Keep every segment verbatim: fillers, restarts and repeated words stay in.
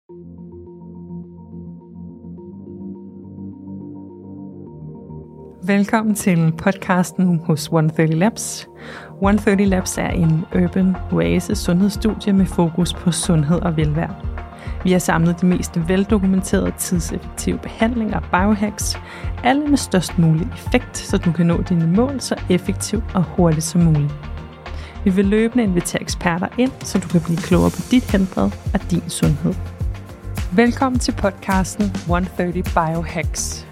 Velkommen til podcasten hos et hundrede og tredive Labs. et hundrede og tredive Labs er en urban oasis sundhedsstudie med fokus på sundhed og velvære. Vi har samlet de mest veldokumenterede tidseffektive behandlinger og biohacks, alle med størst mulig effekt, så du kan nå dine mål så effektivt og hurtigt som muligt. Vi vil løbende invitere eksperter ind, så du kan blive klogere på dit helbred og din sundhed. Velkommen til podcasten et hundrede og tredive Biohacks.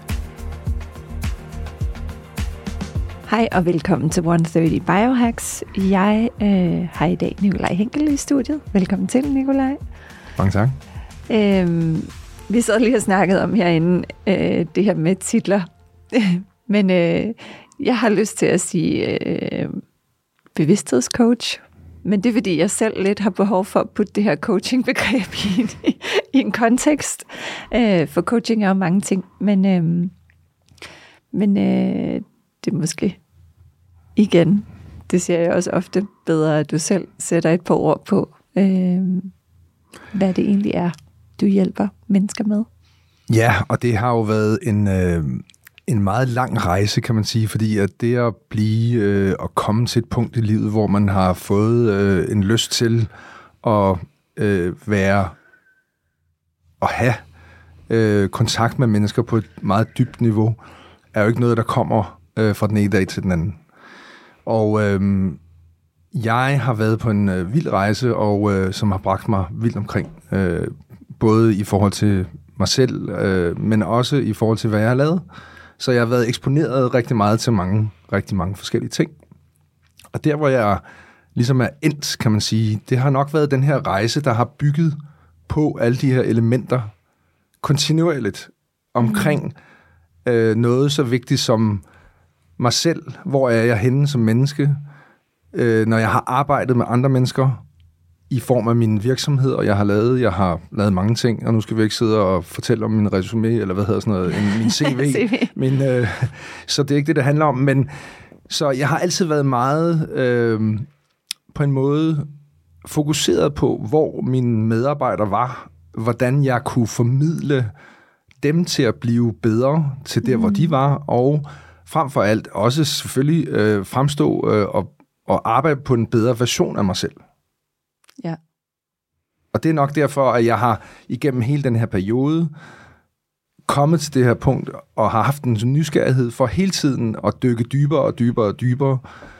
Hej og velkommen til et hundrede og tredive Biohacks. Jeg øh, har i dag Nikolaj Henkel i studiet. Velkommen til, Nikolaj. Mange tak. Øhm, vi sad lige og snakket om herinde øh, det her med titler. Men øh, jeg har lyst til at sige øh, bevidsthedscoach. Men det er fordi, jeg selv lidt har behov for at putte det her coachingbegreb i, i, i en kontekst. Øh, for coaching er jo mange ting. Men, øh, men øh, det er måske igen, det siger jeg også ofte, bedre, at du selv sætter et par ord på, øh, hvad det egentlig er, du hjælper mennesker med. Ja, og det har jo været en, øh, en meget lang rejse, kan man sige, fordi at det at blive øh, og komme til et punkt i livet, hvor man har fået øh, en lyst til at øh, være og have øh, kontakt med mennesker på et meget dybt niveau, er jo ikke noget, der kommer fra den ene dag til den anden. Og øh, jeg har været på en øh, vild rejse, og øh, som har bragt mig vildt omkring. Øh, både i forhold til mig selv, øh, men også i forhold til, hvad jeg har lavet. Så jeg har været eksponeret rigtig meget til mange, rigtig mange forskellige ting. Og der, hvor jeg ligesom er endt, kan man sige, det har nok været den her rejse, der har bygget på alle de her elementer kontinuerligt omkring øh, noget så vigtigt som mig selv, hvor er jeg henne som menneske, øh, når jeg har arbejdet med andre mennesker i form af min virksomhed, og jeg har lavet, jeg har lavet mange ting, og nu skal vi ikke sidde og fortælle om min resume, eller hvad hedder sådan noget, en, min C V. C V. Min, øh, så det er ikke det, det handler om, men så jeg har altid været meget øh, på en måde fokuseret på, hvor mine medarbejdere var, hvordan jeg kunne formidle dem til at blive bedre til der, mm. hvor de var, og frem for alt også selvfølgelig øh, fremstå øh, og, og arbejde på en bedre version af mig selv. Ja. Og det er nok derfor, at jeg har igennem hele den her periode kommet til det her punkt, og har haft en nysgerrighed for hele tiden at dykke dybere og dybere og dybere,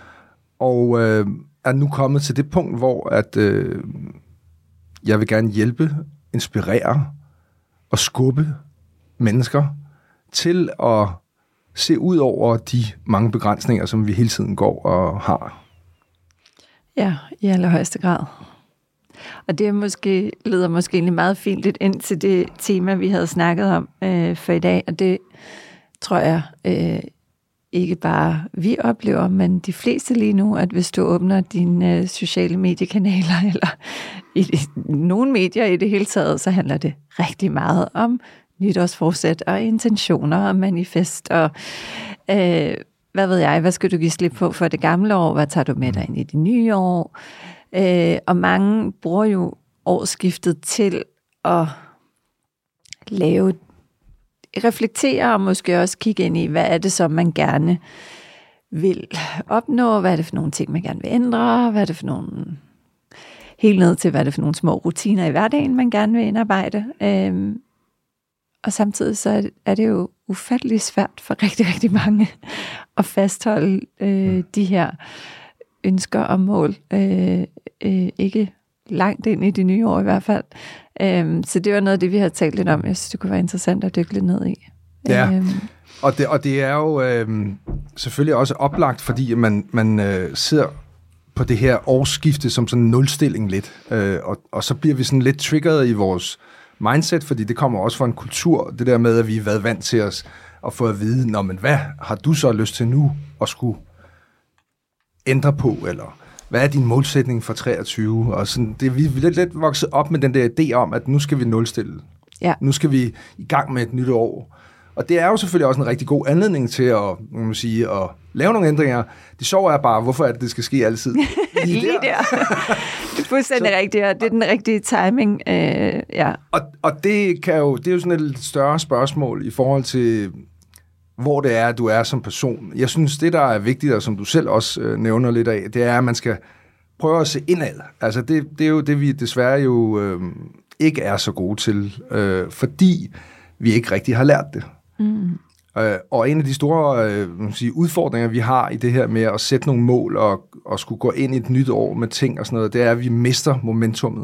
og øh, er nu kommet til det punkt, hvor at, øh, jeg vil gerne hjælpe, inspirere og skubbe mennesker til at se ud over de mange begrænsninger, som vi hele tiden går og har. Ja, i allerhøjeste grad. Og det er måske, leder måske egentlig meget fint lidt ind til det tema, vi havde snakket om øh, for i dag, og det tror jeg øh, ikke bare vi oplever, men de fleste lige nu, at hvis du åbner dine øh, sociale mediekanaler, eller i de, nogle medier i det hele taget, så handler det rigtig meget om nytårsforsæt og intentioner og manifest og øh, hvad ved jeg, hvad skal du give slip på for det gamle år, hvad tager du med dig ind i det nye år, øh, og mange bruger jo årsskiftet til at lave, reflektere og måske også kigge ind i, hvad er det som man gerne vil opnå, hvad er det for nogle ting man gerne vil ændre, hvad er det for nogle, helt ned til hvad er det for nogle små rutiner i hverdagen man gerne vil indarbejde. øh, Og samtidig så er det jo ufattelig svært for rigtig, rigtig mange at fastholde øh, de her ønsker og mål. Øh, øh, ikke langt ind i det nye år i hvert fald. Øh, så det var noget af det, vi har talt lidt om. Jeg synes, det kunne være interessant at dykke lidt ned i. Ja, øh, og, det, og det er jo øh, selvfølgelig også oplagt, fordi man, man øh, ser på det her årsskifte som sådan en nulstilling lidt. Øh, og, og så bliver vi sådan lidt triggeret i vores mindset, fordi det kommer også fra en kultur, det der med, at vi har været vant til os at få at vide, nå, men hvad har du så lyst til nu at skulle ændre på, eller hvad er din målsætning for treogtyve? Og sådan, det, vi er lidt, lidt vokset op med den der idé om, at nu skal vi nulstille. Ja. Nu skal vi i gang med et nyt år. Og det er jo selvfølgelig også en rigtig god anledning til at, må man sige, at lave nogle ændringer. Det sjove er bare, hvorfor er det, det skal ske altid? Lige, Lige der. der. Fuldstændig rigtigt, og det er den rigtige timing. Øh, ja. Og, og det, kan jo, det er jo sådan et større spørgsmål i forhold til, hvor det er, du er som person. Jeg synes, det, der er vigtigt, og som du selv også øh, nævner lidt af, det er, at man skal prøve at se indad. Altså, det, det er jo det, vi desværre jo øh, ikke er så gode til, øh, fordi vi ikke rigtig har lært det. Mm. Øh, og en af de store øh, man sige, udfordringer, vi har i det her med at sætte nogle mål og, og skulle gå ind i et nyt år med ting og sådan noget, det er, at vi mister momentummet.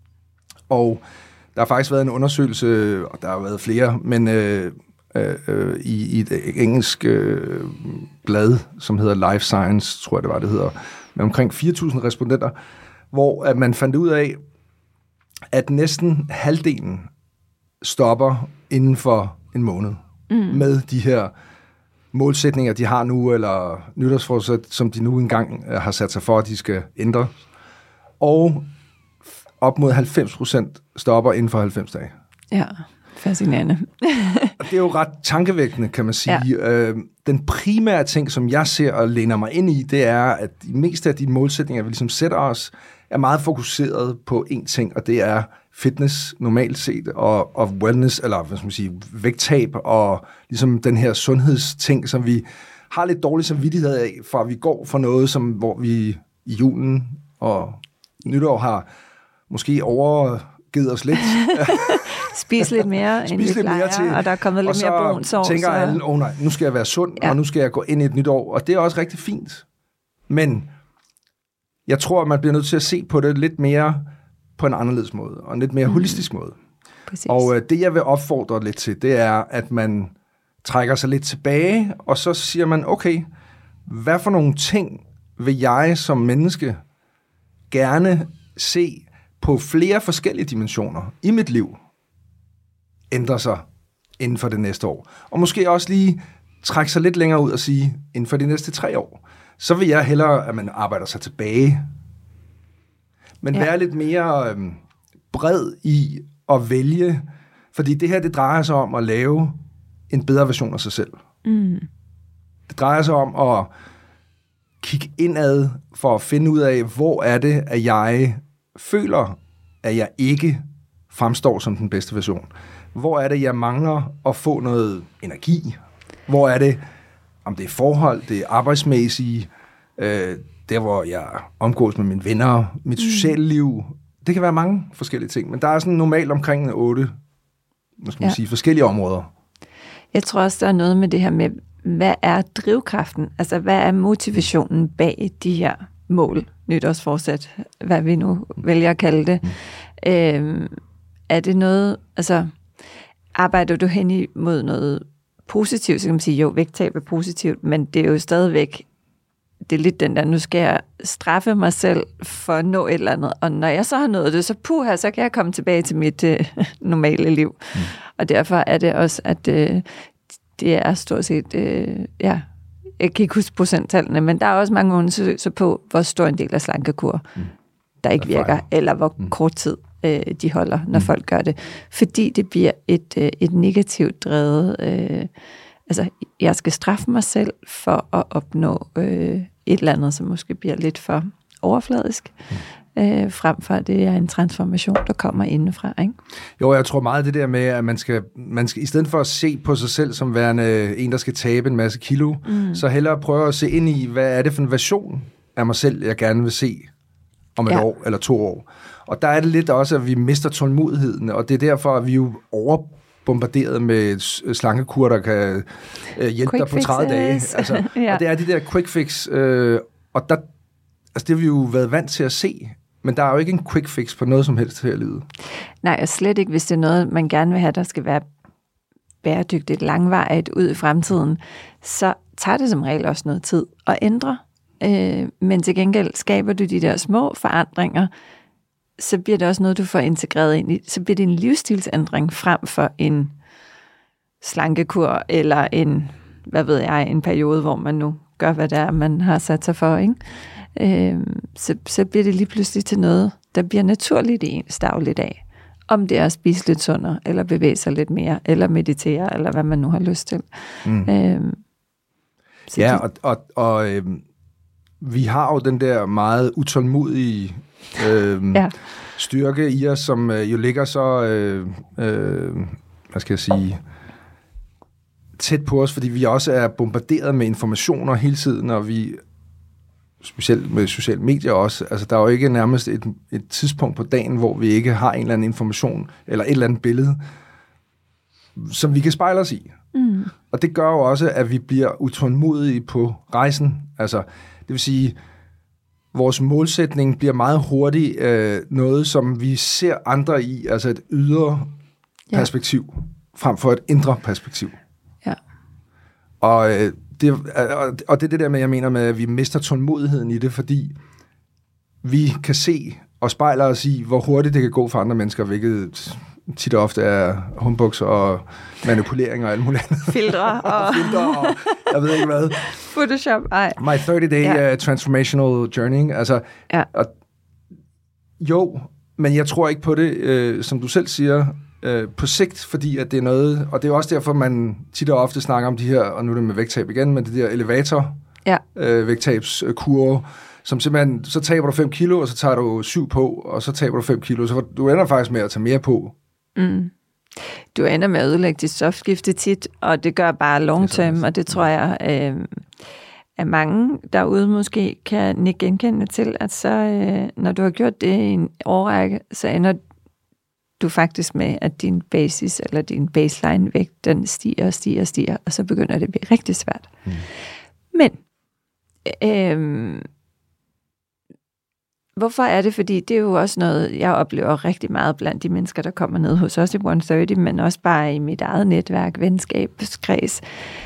Og der har faktisk været en undersøgelse, og der har været flere, men øh, øh, i, i et engelsk øh, blad, som hedder Life Science, tror jeg det var, det hedder, med omkring fire tusind respondenter, hvor at man fandt ud af, at næsten halvdelen stopper inden for en måned mm. med de her målsætninger, de har nu, eller nytårsforsæt, som de nu engang har sat sig for, at de skal ændre. Og op mod halvfems procent stopper inden for halvfems dage. Ja, fascinerende. Og det er jo ret tankevækkende, kan man sige. Ja. Øh, den primære ting, som jeg ser og læner mig ind i, det er, at de meste af de målsætninger, vi ligesom sætter os, er meget fokuseret på én ting, og det er fitness normalt set, og, og wellness, eller hvad skal man sige, vægttab, og ligesom den her sundhedsting, som vi har lidt dårlig samvittighed af, for vi går for noget, som, hvor vi i julen og nytår har måske overgivet os lidt. Spis lidt mere, Spis end vi lidt plejer, mere til, og der er kommet lidt mere brun sovs. Og så tænker alle, åh oh, nej, nu skal jeg være sund, ja. Og nu skal jeg gå ind i et nyt år, og det er også rigtig fint. Men jeg tror, at man bliver nødt til at se på det lidt mere på en anderledes måde, og en lidt mere mm. holistisk måde. Præcis. Og øh, det, jeg vil opfordre lidt til, det er, at man trækker sig lidt tilbage, og så siger man, okay, hvad for nogle ting vil jeg som menneske gerne se på flere forskellige dimensioner i mit liv ændre sig inden for det næste år. Og måske også lige trække sig lidt længere ud og sige, inden for de næste tre år, så vil jeg hellere, at man arbejder sig tilbage. Men ja. være lidt mere øhm, bred i at vælge, fordi det her, det drejer sig om at lave en bedre version af sig selv. Mm. Det drejer sig om at kigge indad for at finde ud af, hvor er det, at jeg føler, at jeg ikke fremstår som den bedste version. Hvor er det, jeg mangler at få noget energi? Hvor er det, om det er forhold, det er arbejdsmæssige, øh, der hvor jeg omgås med mine venner, mit sociale liv. Det kan være mange forskellige ting, men der er sådan normalt omkring otte, hvad skal man ja. sige, forskellige områder. Jeg tror også, der er noget med det her med, hvad er drivkraften? Altså, hvad er motivationen bag de her mål, nytårsforsæt, hvad vi nu vælger at kalde det? Mm. Øhm, er det noget, altså, arbejder du hen imod noget positivt, så kan man sige, jo, vægttab er positivt, men det er jo stadigvæk, det er lidt den der, nu skal jeg straffe mig selv for at nå et eller andet, og når jeg så har nået det, så puha, så kan jeg komme tilbage til mit øh, normale liv. Mm. Og derfor er det også, at øh, det er stort set, øh, ja, jeg kan ikke huske procenttallene, men der er også mange undersøgelser på, hvor stor en del af slankekur, mm. der ikke virker, eller hvor mm. kort tid øh, de holder, når mm. folk gør det. Fordi det bliver et, øh, et negativt drevet, øh, altså jeg skal straffe mig selv for at opnå øh, et eller andet, som måske bliver lidt for overfladisk, mm. øh, frem for at det er en transformation, der kommer indefra, ikke? Jo, jeg tror meget det der med, at man skal, man skal i stedet for at se på sig selv som værende en, der skal tabe en masse kilo, mm. så hellere prøve at se ind i, hvad er det for en version af mig selv, jeg gerne vil se om et ja. år eller to år. Og der er det lidt også, at vi mister tålmodigheden, og det er derfor, at vi jo overbombarderet med slankekur, der kan øh, hjælpe quick dig på tredive dage. Altså, ja. Og det er de der quick fix, øh, og der, altså det har vi jo været vant til at se, men der er jo ikke en quick fix på noget som helst her i livet. Nej, og slet ikke, hvis det er noget, man gerne vil have, der skal være bæredygtigt, langvarigt ud i fremtiden, så tager det som regel også noget tid at ændre. Øh, men til gengæld skaber du de der små forandringer, så bliver det også noget, du får integreret ind i. Så bliver det en livsstilsændring frem for en slankekur, eller en, hvad ved jeg, en periode, hvor man nu gør, hvad det er, man har sat sig for, ikke? Øh, så, så bliver det lige pludselig til noget, der bliver naturligt i ens dagligdag. Om det er at spise lidt sundere, eller bevæge sig lidt mere, eller meditere, eller hvad man nu har lyst til. Mm. Øh, ja, og, og, og øh, vi har jo den der meget utålmodige øh, ja. styrke i os, som øh, jo ligger så, øh, øh, hvad skal jeg sige, tæt på os, fordi vi også er bombarderet med informationer hele tiden, og vi, specielt med sociale medier også, altså der er jo ikke nærmest et, et tidspunkt på dagen, hvor vi ikke har en eller anden information, eller et eller andet billede, som vi kan spejle os i. Mm. Og det gør jo også, at vi bliver utålmodige på rejsen. Altså, det vil sige, vores målsætning bliver meget hurtigt øh, noget, som vi ser andre i, altså et ydre ja. perspektiv, frem for et indre perspektiv. Ja. Og, øh, det, og, og det er det der med, jeg mener med, at vi mister tålmodigheden i det, fordi vi kan se og spejler os i, hvor hurtigt det kan gå for andre mennesker, hvilket tit og ofte er humbugs og manipulering og alt muligt andet. Filtre og... og filtre og jeg ved ikke hvad. Photoshop, ej. My thirty-day ja. uh, transformational journey. Altså, ja. og, jo, men jeg tror ikke på det, øh, som du selv siger, øh, på sigt, fordi at det er noget, og det er også derfor, man tit og ofte snakker om de her, og nu er det med vægttab igen, men det der elevator ja. øh, vægttabskurve, som simpelthen, så taber du fem kilo, og så tager du syv på, og så taber du fem kilo, så du ender faktisk med at tage mere på. Mm. Du ender med at ødelægge dit stofskifte tit, og det gør bare long term, og det tror jeg, øh, at mange derude måske kan nikke genkende til, at så, øh, når du har gjort det i en årrække, så ender du faktisk med, at din basis, eller din baseline-vægt, den stiger og stiger og stiger, og så begynder det at blive rigtig svært. Mm. Men, øh, hvorfor er det? Fordi det er jo også noget, jeg oplever rigtig meget blandt de mennesker, der kommer ned hos os i one thirty, men også bare i mit eget netværk, venskabskreds,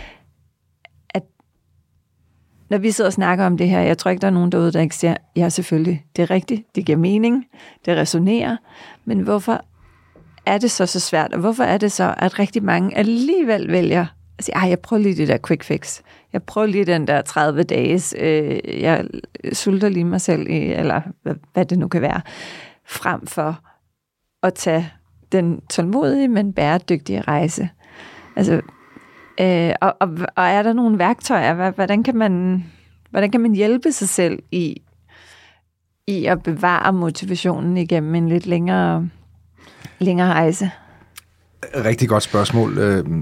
at når vi sidder og snakker om det her, jeg tror ikke, der er nogen derude, der ikke siger, ja selvfølgelig, det er rigtigt, det giver mening, det resonerer, men hvorfor er det så så svært, og hvorfor er det så, at rigtig mange alligevel vælger at sige, ej, jeg prøver lige det der quick fix. Jeg prøver lige den der tredive dages, øh, jeg sulter lige mig selv i, eller hvad, hvad det nu kan være, frem for at tage den tålmodige, men bæredygtige rejse. Altså, øh, og, og, og er der nogle værktøjer? Hvordan kan man, hvordan kan man hjælpe sig selv i, i at bevare motivationen igennem en lidt længere, længere rejse? Rigtig godt spørgsmål.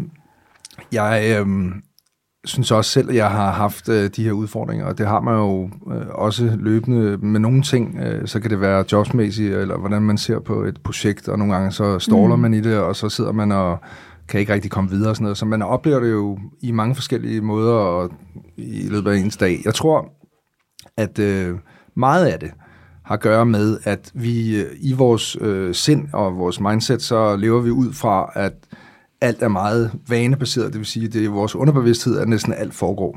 Jeg øh, synes også selv, at jeg har haft øh, de her udfordringer, og det har man jo øh, også løbende med nogle ting. Øh, så kan det være jobsmæssigt, eller hvordan man ser på et projekt, og nogle gange så ståler mm. man i det, og så sidder man og kan ikke rigtig komme videre og sådan noget. Så man oplever det jo i mange forskellige måder og i løbet af ens dag. Jeg tror, at øh, meget af det har at gøre med, at vi øh, i vores øh, sind og vores mindset, så lever vi ud fra, at alt er meget vanebaseret, det vil sige, at det er vores underbevidsthed, at næsten alt foregår.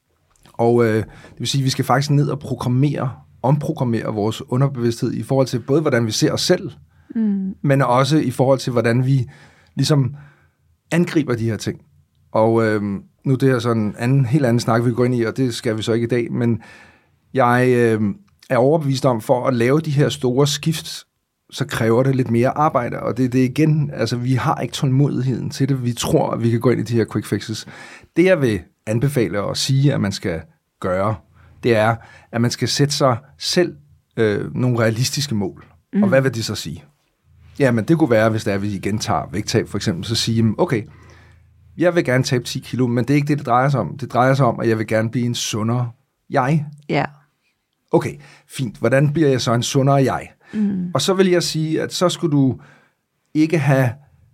Og øh, det vil sige, at vi skal faktisk ned og programmere, omprogrammere vores underbevidsthed i forhold til både, hvordan vi ser os selv, mm. men også i forhold til, hvordan vi ligesom angriber de her ting. Og øh, nu det er sådan en anden, helt anden snak, vi går ind i, og det skal vi så ikke i dag, men jeg øh, er overbevist om, for at lave de her store skift, så kræver det lidt mere arbejde, og det er det igen, altså vi har ikke tålmodigheden til det, vi tror, at vi kan gå ind i de her quick fixes. Det jeg vil anbefale og sige, at man skal gøre, det er, at man skal sætte sig selv øh, nogle realistiske mål. Mm. Og hvad vil det så sige? Jamen det kunne være, hvis det er, at vi igen tager vægttab for eksempel, så sige, okay, jeg vil gerne tabe ti kilo, men det er ikke det, det drejer sig om. Det drejer sig om, at jeg vil gerne blive en sundere jeg. Ja. Yeah. Okay, fint. Hvordan bliver jeg så en sundere jeg? Mm. Og så vil jeg sige, at så skulle du ikke have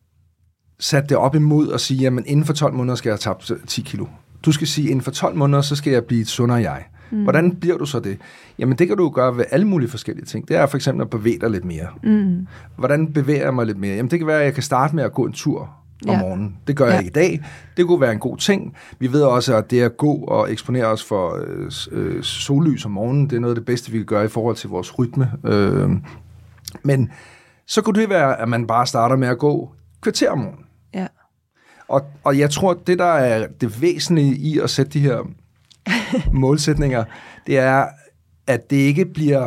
sat det op imod og sige, jamen inden for tolv måneder skal jeg have tabt ti kilo. Du skal sige, inden for tolv måneder, så skal jeg blive et sundere jeg. Mm. Hvordan bliver du så det? Jamen det kan du gøre ved alle mulige forskellige ting. Det er for eksempel at bevæge dig lidt mere. Mm. Hvordan bevæger jeg mig lidt mere? Jamen det kan være, at jeg kan starte med at gå en tur om ja. morgenen. Det gør jeg ja. ikke i dag. Det kunne være en god ting. Vi ved også, at det at gå og eksponere os for øh, øh, sollys om morgenen, det er noget af det bedste, vi kan gøre i forhold til vores rytme. Øh, men så kunne det være, at man bare starter med at gå kvarter om morgenen. Ja. Og, og jeg tror, det der er det væsentlige i at sætte de her målsætninger, det er, at det ikke bliver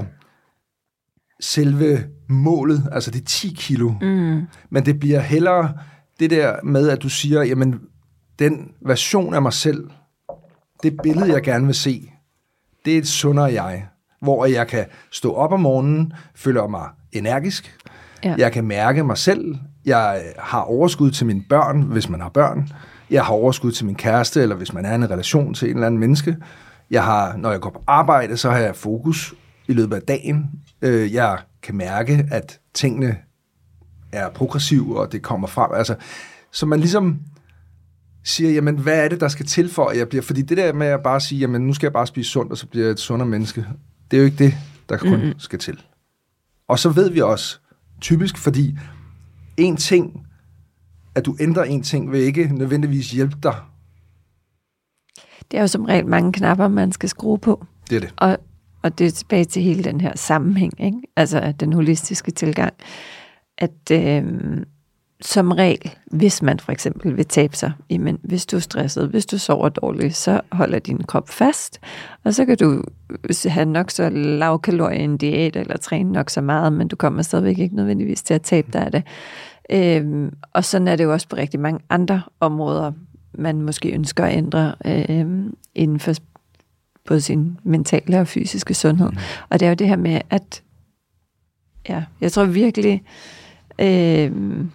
selve målet, altså de ti kilo, mm. men det bliver hellere det der med, at du siger, jamen, den version af mig selv, det billede, jeg gerne vil se, det er et sundere jeg. hvor jeg kan stå op om morgenen, føle mig energisk, ja. Jeg kan mærke mig selv, jeg har overskud til mine børn, hvis man har børn, jeg har overskud til min kæreste, eller hvis man er i en relation til en eller anden menneske, jeg har, når jeg går på arbejde, så har jeg fokus i løbet af dagen, jeg kan mærke, at tingene er progressive, og det kommer frem, altså, så man ligesom siger, jamen, hvad er det, der skal til for, at jeg bliver... Fordi det der med at bare sige, jamen, nu skal jeg bare spise sundt, og så bliver jeg et sundere menneske, det er jo ikke det, der kun mm-hmm. skal til. Og så ved vi også, typisk, fordi en ting, at du ændrer en ting, vil ikke nødvendigvis hjælpe dig. Det er jo som regel mange knapper, man skal skrue på. Det er det. Og, og det er tilbage til hele den her sammenhæng, ikke? Altså den holistiske tilgang, at... Øh, som regel, hvis man for eksempel vil tabe sig, jamen, hvis du er stresset, hvis du sover dårligt, så holder din krop fast, og så kan du have nok så lavkalorie en diæt, eller træne nok så meget, men du kommer stadigvæk ikke nødvendigvis til at tabe dig af det. Øhm, og sådan er det jo også på rigtig mange andre områder, man måske ønsker at ændre øhm, inden for både sin mentale og fysiske sundhed. Mm. Og det er jo det her med, at ja, jeg tror virkelig, øhm,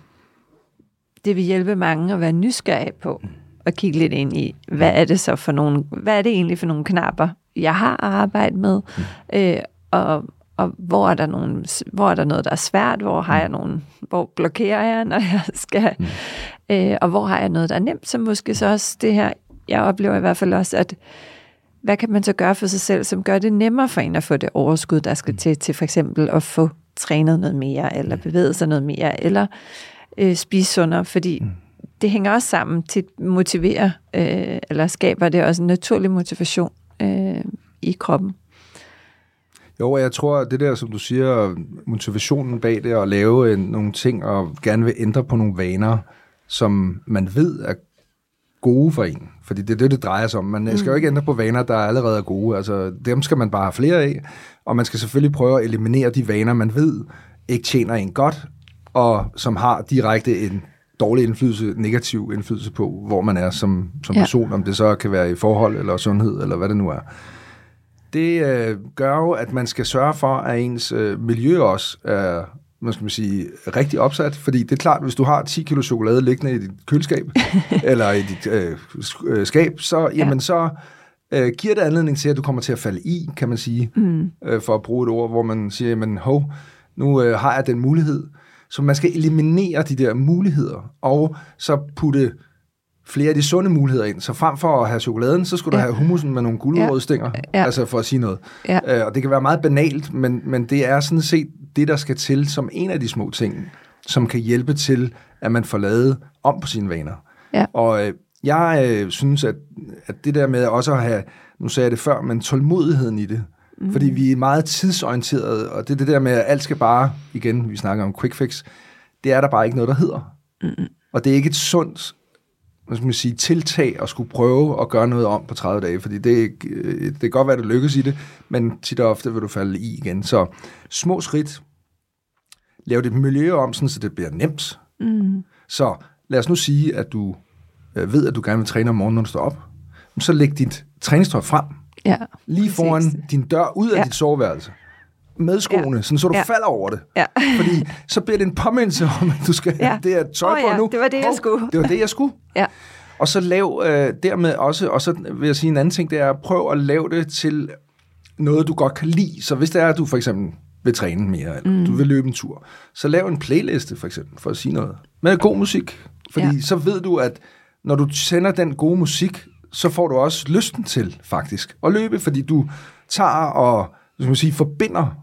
det vil hjælpe mange at være nysgerrige på og kigge lidt ind i, hvad er det så for nogle, hvad er det egentlig for nogle knapper, jeg har arbejdet med, mm. øh, og, og hvor er der nogle, hvor er der noget, der er svært, hvor har jeg nogle, hvor blokerer jeg, når jeg skal, mm. øh, og hvor har jeg noget, der er nemt, så måske så også det her, jeg oplever i hvert fald også, at hvad kan man så gøre for sig selv, som gør det nemmere for en at få det overskud, der skal til, til for eksempel at få trænet noget mere, eller bevæget sig noget mere, eller øh, spise sundere, fordi mm. det hænger også sammen til at motivere, øh, eller skaber det også en naturlig motivation øh, i kroppen. Jo, og jeg tror, det der, som du siger, motivationen bag det, at lave en, nogle ting, og gerne vil ændre på nogle vaner, som man ved er gode for en. Fordi det er det, det drejer sig om. Man skal jo ikke ændre på vaner, der allerede er gode. Altså, dem skal man bare have flere af, og man skal selvfølgelig prøve at eliminere de vaner, man ved ikke tjener en godt, og som har direkte en dårlig indflydelse, negativ indflydelse på, hvor man er som, som ja. person, om det så kan være i forhold, eller sundhed, eller hvad det nu er. Det øh, gør jo, at man skal sørge for, at ens øh, miljø også er, man skal sige, rigtig opsat, fordi det er klart, hvis du har ti kilo chokolade liggende i dit køleskab, eller i dit øh, skab, så, jamen, ja. så øh, giver det anledning til, at du kommer til at falde i, kan man sige, mm. øh, for at bruge et ord, hvor man siger, jamen, hov, nu øh, har jeg den mulighed. Så man skal eliminere de der muligheder, og så putte flere af de sunde muligheder ind. Så frem for at have chokoladen, så skulle ja. du have hummusen med nogle gulerødstænger, ja. ja. altså for at sige noget. Ja. Øh, og det kan være meget banalt, men, men det er sådan set det, der skal til som en af de små ting, som kan hjælpe til, at man får lavet om på sine vaner. Ja. Og øh, jeg øh, synes, at, at det der med også at have, nu sagde jeg det før, men tålmodigheden i det, mm. fordi vi er meget tidsorienterede, og det er det der med, at alt skal bare, igen, vi snakker om quick fix, det er der bare ikke noget, der hedder. Mm. Og det er ikke et sundt, hvad skal man sige, tiltag at skulle prøve at gøre noget om på tredive dage, fordi det, det kan godt være, at det lykkes i det, men tit og ofte vil du falde i igen. Så små skridt, lav dit miljø om, sådan, så det bliver nemt. Mm. Så lad os nu sige, at du ved, at du gerne vil træne om morgenen, når du står op. Så læg dit træningstøj frem, ja, lige præcis. Foran din dør, ud af ja. dit soveværelse. Med skoene, ja. sådan, så du ja. falder over det. Ja. Fordi så bliver det en påmindelse om, at du skal ja. det er tøj på oh, ja. nu. Det var det, jeg skulle. Det var det, jeg skulle. Ja. Og så lav øh, dermed også, og så vil jeg sige en anden ting, det er at prøve at lave det til noget, du godt kan lide. Så hvis det er, at du for eksempel vil træne mere, eller mm. du vil løbe en tur, så lav en playliste for eksempel, for at sige noget. Med god musik. Fordi ja. så ved du, at når du sender den gode musik, så får du også lysten til faktisk at løbe, fordi du tager og skal man sige, forbinder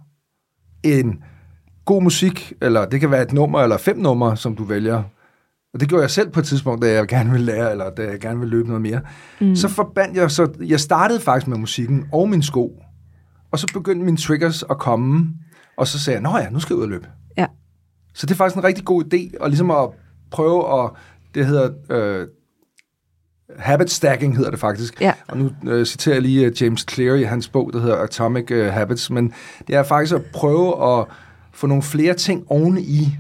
en god musik, eller det kan være et nummer, eller fem numre, som du vælger. Og det gjorde jeg selv på et tidspunkt, da jeg gerne ville lære, eller da jeg gerne ville løbe noget mere. Mm. Så forbandt jeg, så jeg startede faktisk med musikken og min sko, og så begyndte mine triggers at komme, og så sagde jeg, nå ja, nu skal jeg ud og løbe. Ja. Så det er faktisk en rigtig god idé, og ligesom at prøve at, det hedder øh, habit stacking hedder det faktisk. Ja. Og nu øh, citerer jeg lige uh, James Clear i hans bog, der hedder Atomic uh, Habits, men det er faktisk at prøve at få nogle flere ting oven i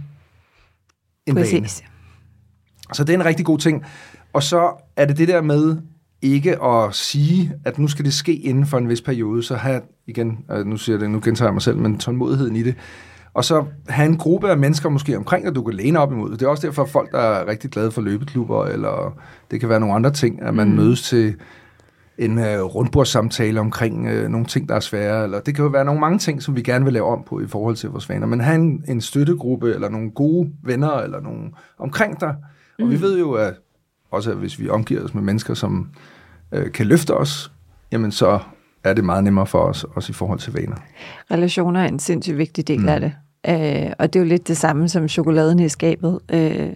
en Præcis. vane. Så det er en rigtig god ting. Og så er det det der med ikke at sige, at nu skal det ske inden for en vis periode, så have, igen, nu siger jeg det, nu gentager jeg mig selv, men tålmodigheden i det, og så have en gruppe af mennesker måske omkring, at du kan læne op imod. Det er også derfor, at folk, der er rigtig glade for løbeklubber, eller det kan være nogle andre ting, at man mm. mødes til en uh, rundbordssamtale omkring uh, nogle ting, der er svære, eller det kan jo være nogle mange ting, som vi gerne vil lave om på i forhold til vores vaner, men have en, en støttegruppe, eller nogle gode venner, eller nogle omkring dig, og mm. vi ved jo, at også at hvis vi omgiver os med mennesker, som uh, kan løfte os, jamen så er det meget nemmere for os, også i forhold til vaner. Relationer er en sindssygt vigtig del mm. af det, uh, og det er jo lidt det samme som chokoladen i skabet uh,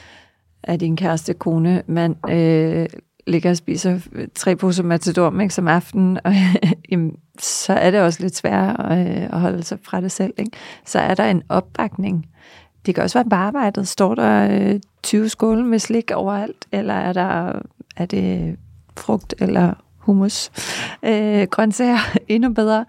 af din kæreste kone, man uh, ligger og spiser tre poser Matador-mix om aftenen, og jamen, så er det også lidt sværere at, at holde sig fra det selv. Ikke? Så er der en opbakning. Det kan også være på arbejdet. Står der tyve skåle med slik overalt, eller er, der, er det frugt eller hummus? Øh, grøntsager, endnu bedre.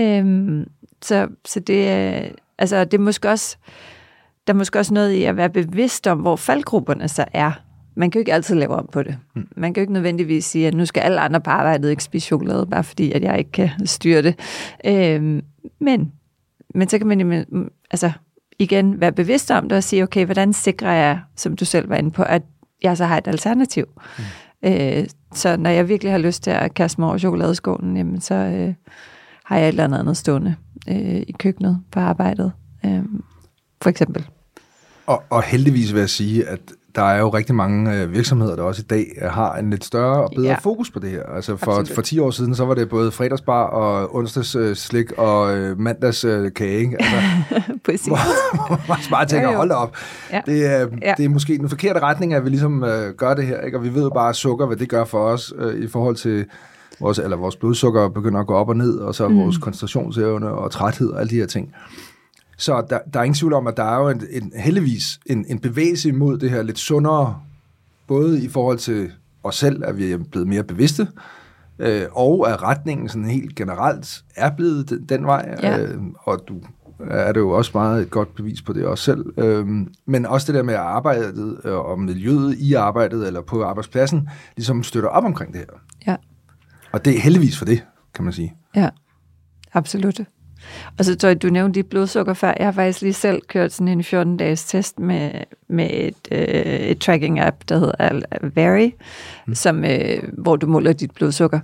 Øh, så, så det, altså, det er måske også, der er måske også noget i at være bevidst om, hvor faldgrupperne så er. Man kan jo ikke altid lave om på det. Man kan jo ikke nødvendigvis sige, at nu skal alle andre på arbejdet ikke spise chokolade, bare fordi at jeg ikke kan styre det. Øhm, men, men så kan man altså, igen være bevidst om det og sige, okay, hvordan sikrer jeg, som du selv var inde på, at jeg så har et alternativ. Mm. Øh, så når jeg virkelig har lyst til at kaste mig over chokoladeskålen, jamen så øh, har jeg et eller andet andet stående øh, i køkkenet på arbejdet, øh, for eksempel. Og, og heldigvis vil jeg sige, at der er jo rigtig mange øh, virksomheder, der også i dag har en lidt større og bedre ja. fokus på det her. Altså for, for ti år siden, så var det både fredagsbar og onsdags øh, slik og øh, mandags øh, kage. Ikke? Altså, Præcis. Hvor man bare tænker, hold op. Ja. Det, øh, ja. det er måske den forkerte retning, at vi ligesom øh, gør det her. Ikke? Og vi ved jo bare, at sukker, hvad det gør for os øh, i forhold til vores, eller vores blodsukker begynder at gå op og ned, og så mm. vores koncentrationsevne og træthed og alle de her ting. Så der, der er ingen tvivl om, at der er jo en, en, heldigvis en, en bevægelse imod det her lidt sundere, både i forhold til os selv, at vi er blevet mere bevidste, øh, og at retningen sådan helt generelt er blevet den, den vej, ja. øh, og du er det jo også meget et godt bevis på det også selv. Øh, men også det der med at arbejdet øh, og miljøet i arbejdet eller på arbejdspladsen, ligesom støtter op omkring det her. Ja. Og det er heldigvis for det, kan man sige. Ja, absolut. Og så tror jeg, du nævnte dit blodsukker før. Jeg har faktisk lige selv kørt sådan en fjorten-dages test med, med et, øh, et tracking-app, der hedder Vary, mm. som, øh, hvor du måler dit blodsukker.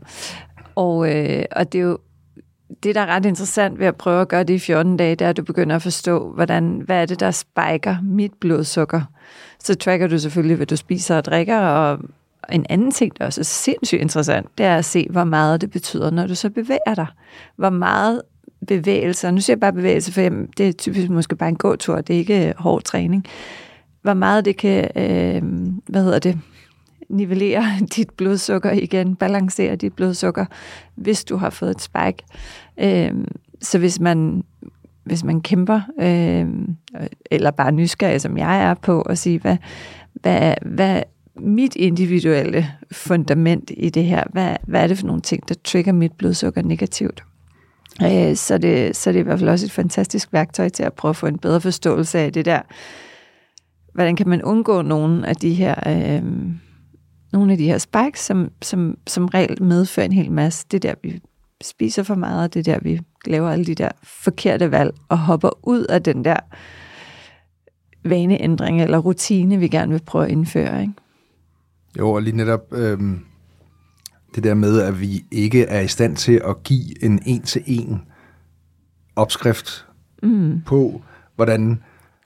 Og, øh, og det er jo det, der er ret interessant ved at prøve at gøre det i fjorten dage, det er, at du begynder at forstå, hvordan, hvad er det, der spiker mit blodsukker. Så tracker du selvfølgelig, hvad du spiser og drikker, og en anden ting, der også er sindssygt interessant, det er at se, hvor meget det betyder, når du så bevæger dig. Hvor meget bevægelser, nu siger jeg bare bevægelse, for jamen, det er typisk måske bare en gåtur, det er ikke hård træning. Hvor meget det kan, øh, hvad hedder det, nivellere dit blodsukker igen, balancere dit blodsukker, hvis du har fået et spike. Øh, så hvis man, hvis man kæmper, øh, eller bare nysgerrig, som jeg er på, at sige, hvad, hvad, hvad mit individuelle fundament i det her, hvad, hvad er det for nogle ting, der trigger mit blodsukker negativt? Øh, så, det, så det er i hvert fald også et fantastisk værktøj til at prøve at få en bedre forståelse af det der. Hvordan kan man undgå nogle af de her, øh, nogle af de her spikes, som, som, som regel medfører en hel masse. Det er der, vi spiser for meget, og det er der, vi laver alle de der forkerte valg og hopper ud af den der vaneændring eller rutine, vi gerne vil prøve at indføre. Ikke? Jo, og lige netop øh, det der med, at vi ikke er i stand til at give en en-til-en opskrift mm. på, hvordan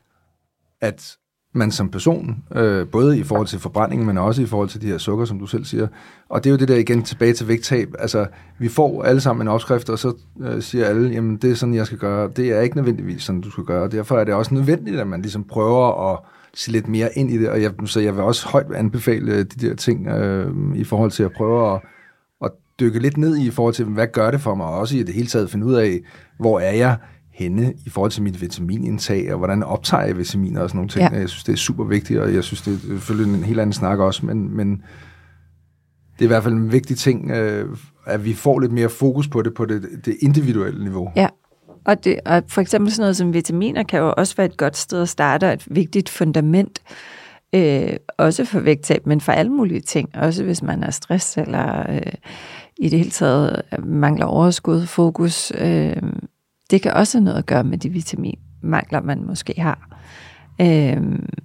at man som person, øh, både i forhold til forbrænding, men også i forhold til de her sukker, som du selv siger. Og det er jo det der igen tilbage til vægttab. Altså, vi får alle sammen en opskrift, og så øh, siger alle, jamen det er sådan, jeg skal gøre. Det er ikke nødvendigvis sådan, du skal gøre. Derfor er det også nødvendigt, at man ligesom prøver at se lidt mere ind i det. Og jeg, så jeg vil også højt anbefale de der ting øh, i forhold til at prøve at, at dykke lidt ned i, i forhold til, hvad gør det for mig? Og også i det hele taget finde ud af, hvor er jeg henne i forhold til mit vitaminindtag, og hvordan optager jeg vitaminer og sådan nogle ting. Ja. Jeg synes, det er super vigtigt, og jeg synes, det er selvfølgelig en helt anden snak også, men, men det er i hvert fald en vigtig ting, at vi får lidt mere fokus på det, på det, det individuelle niveau. Ja, og, det, og for eksempel sådan noget som vitaminer kan jo også være et godt sted at starte, et vigtigt fundament. Øh, også for vægttab, men for alle mulige ting. Også hvis man er stress, eller øh, i det hele taget mangler overskud, fokus. Øh, det kan også have noget at gøre med de vitaminmangler, man måske har. Øh,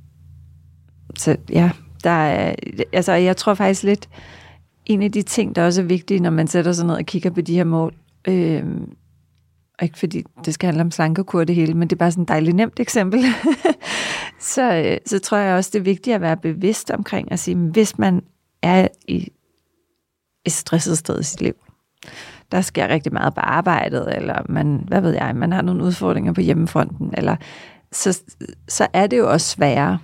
så ja, der er, altså jeg tror faktisk lidt, en af de ting, der også er vigtige, når man sætter sig ned og kigger på de her mål, øh, ikke fordi det skal handle om slankekur det hele, men det er bare sådan et dejligt nemt eksempel, så, så tror jeg også, det er vigtigt at være bevidst omkring at sige, hvis man er i et stresset sted i sit liv, der sker rigtig meget på arbejdet, eller man, hvad ved jeg, man har nogle udfordringer på hjemmefronten, eller så, så er det jo også sværere.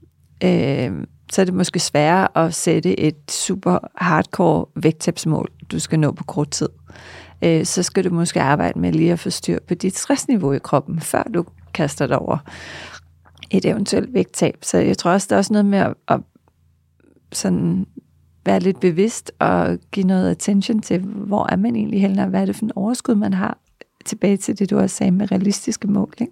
Øh, så er det måske sværere at sætte et super hardcore vægttabsmål, du skal nå på kort tid. Øh, så skal du måske arbejde med lige at få styr på dit stressniveau i kroppen, før du kaster dig over et eventuelt vægttab. Så jeg tror også, der er også noget med at, at sådan være lidt bevidst og give noget attention til, hvor er man egentlig henne, og hvad er det for en overskud, man har, tilbage til det, du også sagde med realistiske mål, ikke?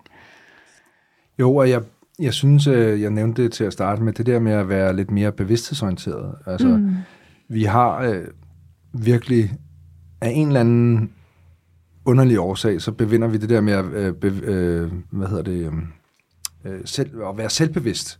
Jo, og jeg, jeg synes, jeg nævnte det til at starte med, det der med at være lidt mere bevidsthedsorienteret. Altså, mm. vi har øh, virkelig af en eller anden underlig årsag, så bevinder vi det der med at, øh, be, øh, hvad hedder det, øh, selv, at være selvbevidst.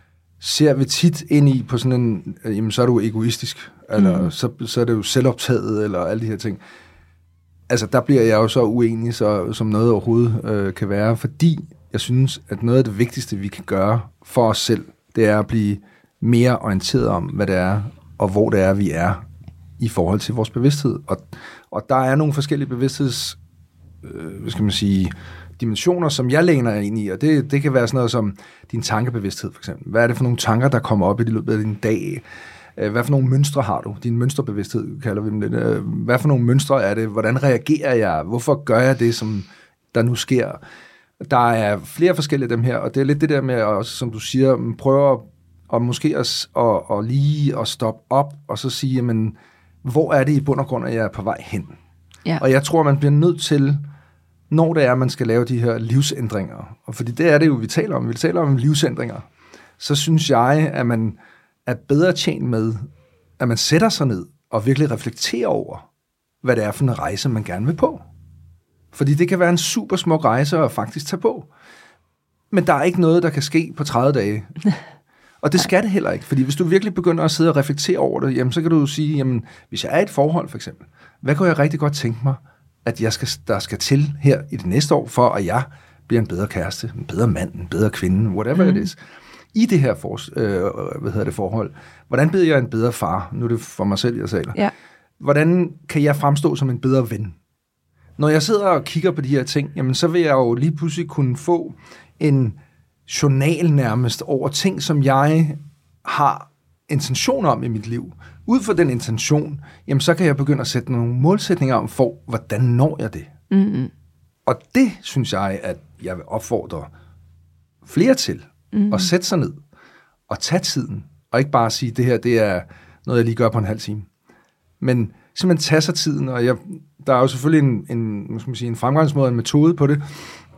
Ser vi tit ind i på sådan en, øh, jamen så er du egoistisk, eller mm. så, så er det jo selvoptaget, eller alle de her ting. Altså, der bliver jeg jo så uenig, så, som noget overhovedet øh, kan være, fordi jeg synes, at noget af det vigtigste, vi kan gøre for os selv, det er at blive mere orienteret om, hvad det er, og hvor det er, vi er, i forhold til vores bevidsthed. Og, og der er nogle forskellige bevidstheds, øh, hvad skal man sige, dimensioner, som jeg læner ind i, og det, det kan være sådan noget som din tankebevidsthed, for eksempel. Hvad er det for nogle tanker, der kommer op i løbet af din dag? Hvad for nogle mønstre har du? Din mønsterbevidsthed, kalder vi dem lidt. Hvad for nogle mønstre er det? Hvordan reagerer jeg? Hvorfor gør jeg det, som der nu sker? Der er flere forskellige af dem her, og det er lidt det der med, også, som du siger, prøve at måske at, at, at lige at stoppe op, og så sige, jamen, hvor er det i bund og grund, at jeg er på vej hen? Ja. Og jeg tror, man bliver nødt til, når det er, at man skal lave de her livsændringer, og fordi det er det jo, vi taler om, vi taler om livsændringer, så synes jeg, at man er bedre tjent med, at man sætter sig ned og virkelig reflekterer over, hvad det er for en rejse, man gerne vil på. Fordi det kan være en super smuk rejse at faktisk tage på. Men der er ikke noget, der kan ske på tredive dage. Og det skal det heller ikke, fordi hvis du virkelig begynder at sidde og reflektere over det, jamen så kan du jo sige, jamen hvis jeg er i et forhold for eksempel, hvad kunne jeg rigtig godt tænke mig, at jeg skal, der skal til her i det næste år, for at jeg bliver en bedre kæreste, en bedre mand, en bedre kvinde, whatever mm. it is. I det her for, øh, hvad hedder det, forhold, hvordan bliver jeg en bedre far? Nu er det for mig selv, jeg taler. Ja. Hvordan kan jeg fremstå som en bedre ven? Når jeg sidder og kigger på de her ting, jamen så vil jeg jo lige pludselig kunne få en journal nærmest over ting, som jeg har intention om i mit liv. Ud fra den intention, jamen så kan jeg begynde at sætte nogle målsætninger om for, hvordan når jeg det? Mm-hmm. Og det synes jeg, at jeg vil opfordre flere til. Mm. Og sætte sig ned og tage tiden, og ikke bare sige, det her det er noget, jeg lige gør på en halv time. Men simpelthen tage sig tiden, og jeg, der er jo selvfølgelig en, en, skal man sige, en fremgangsmåde, en metode på det,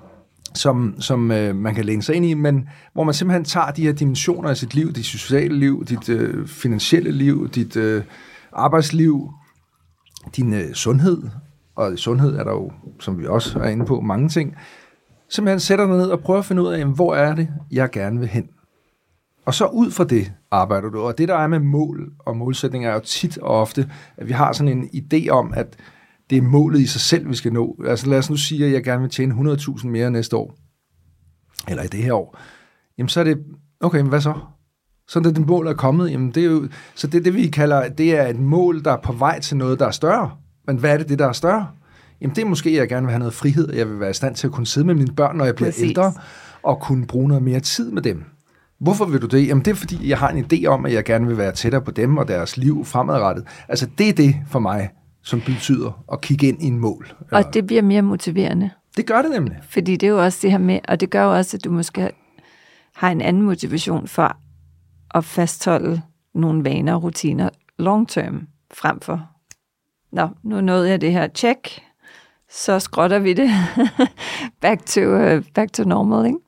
som, som øh, man kan læne sig ind i, men hvor man simpelthen tager de her dimensioner af sit liv, dit sociale liv, dit øh, finansielle liv, dit øh, arbejdsliv, din øh, sundhed, og sundhed er der jo, som vi også er inde på, mange ting, simpelthen sætter dig ned og prøver at finde ud af, jamen, hvor er det, jeg gerne vil hen. Og så ud fra det arbejder du. Og det, der er med mål og målsætninger, er jo tit og ofte, at vi har sådan en idé om, at det er målet i sig selv, vi skal nå. Altså lad os nu sige, at jeg gerne vil tjene hundrede tusind mere næste år, eller i det her år. Jamen så er det, okay, men hvad så? Så er det mål er kommet. Jamen, det er jo, så det, det vi kalder, det er et mål, der er på vej til noget, der er større. Men hvad er det, det der er større? Jamen det er måske, at jeg gerne vil have noget frihed, og jeg vil være i stand til at kunne sidde med mine børn, når jeg bliver Præcis. ældre, og kunne bruge noget mere tid med dem. Hvorfor vil du det? Jamen det er, fordi jeg har en idé om, at jeg gerne vil være tættere på dem og deres liv fremadrettet. Altså det er det for mig, som betyder at kigge ind i en mål. Og det bliver mere motiverende. Det gør det nemlig. Fordi det er jo også det her med, og det gør jo også, at du måske har en anden motivation for at fastholde nogle vaner og rutiner long term frem for. Nå, nu nåede jeg det her check. Så skrotter vi det back to, uh, back to normal, ikke?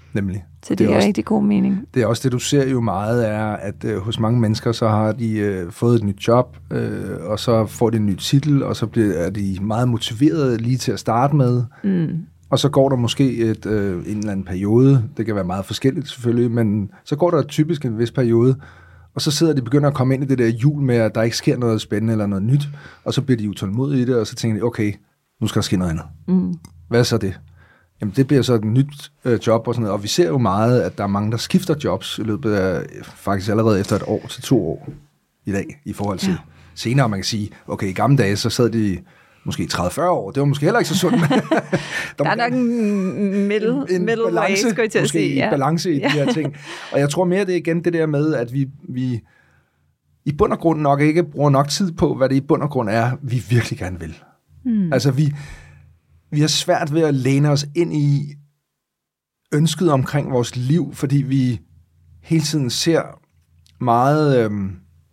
Nemlig. Så det, det er også, rigtig god mening. Det er også det, du ser jo meget, er, at øh, hos mange mennesker, så har de øh, fået et nyt job, øh, og så får de en ny titel, og så bliver, er de meget motiverede lige til at starte med. Mm. Og så går der måske et, øh, en eller anden periode, det kan være meget forskelligt selvfølgelig, men så går der typisk en vis periode, og så sidder de begynder at komme ind i det der hjul med, at der ikke sker noget spændende eller noget nyt, og så bliver de utålmodige i det, og så tænker de, okay, nu skal der ske noget andet. Mm. Hvad er så det? Jamen, det bliver så et nyt øh, job og sådan noget, og vi ser jo meget, at der er mange, der skifter jobs i løbet af, faktisk allerede efter et år til to år i dag, i forhold til ja. senere, man kan sige, okay, i gamle dage, så sad de måske tredive til fyrre år, det var måske heller ikke så sundt. der, der er nok en middle, en middle balance, way, skal jeg til at sige. Ja. balance i ja. de her ting. Og jeg tror mere, det er igen det der med, at vi, vi i bund og grund nok ikke bruger nok tid på, hvad det i bund og grund er, vi virkelig gerne vil. Hmm. Altså, vi... Vi har svært ved at læne os ind i ønsket omkring vores liv, fordi vi hele tiden ser meget, øhm,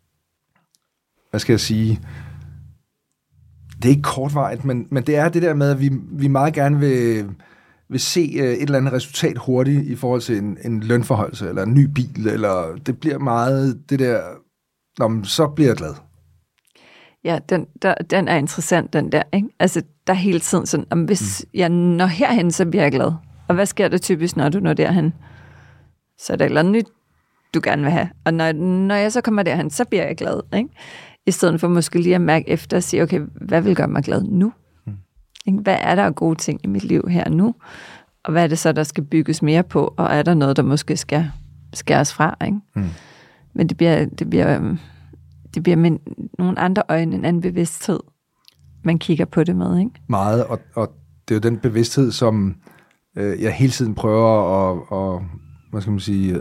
hvad skal jeg sige, det er ikke kortvarigt, men, men det er det der med, at vi, vi meget gerne vil, vil se øh, et eller andet resultat hurtigt i forhold til en, en lønforhøjelse, eller en ny bil, eller det bliver meget det der, nå, så bliver jeg glad. Ja, den, der, den er interessant, den der, ikke? Altså, der er hele tiden sådan, om hvis mm. jeg når herhen, så bliver jeg glad. Og hvad sker der typisk, når du når derhen? Så er der et eller andet nyt, du gerne vil have. Og når, når jeg så kommer derhen, så bliver jeg glad, ikke? I stedet for måske lige at mærke efter og sige, okay, hvad vil gøre mig glad nu? Mm. Hvad er der af gode ting i mit liv her nu? Og hvad er det så, der skal bygges mere på? Og er der noget, der måske skal skæres fra, ikke? Mm. Men det bliver... Det bliver Det bliver med nogle andre øjne, en anden bevidsthed, man kigger på det med, ikke? Meget, og, og det er jo den bevidsthed, som øh, jeg hele tiden prøver at, og, hvad skal man sige,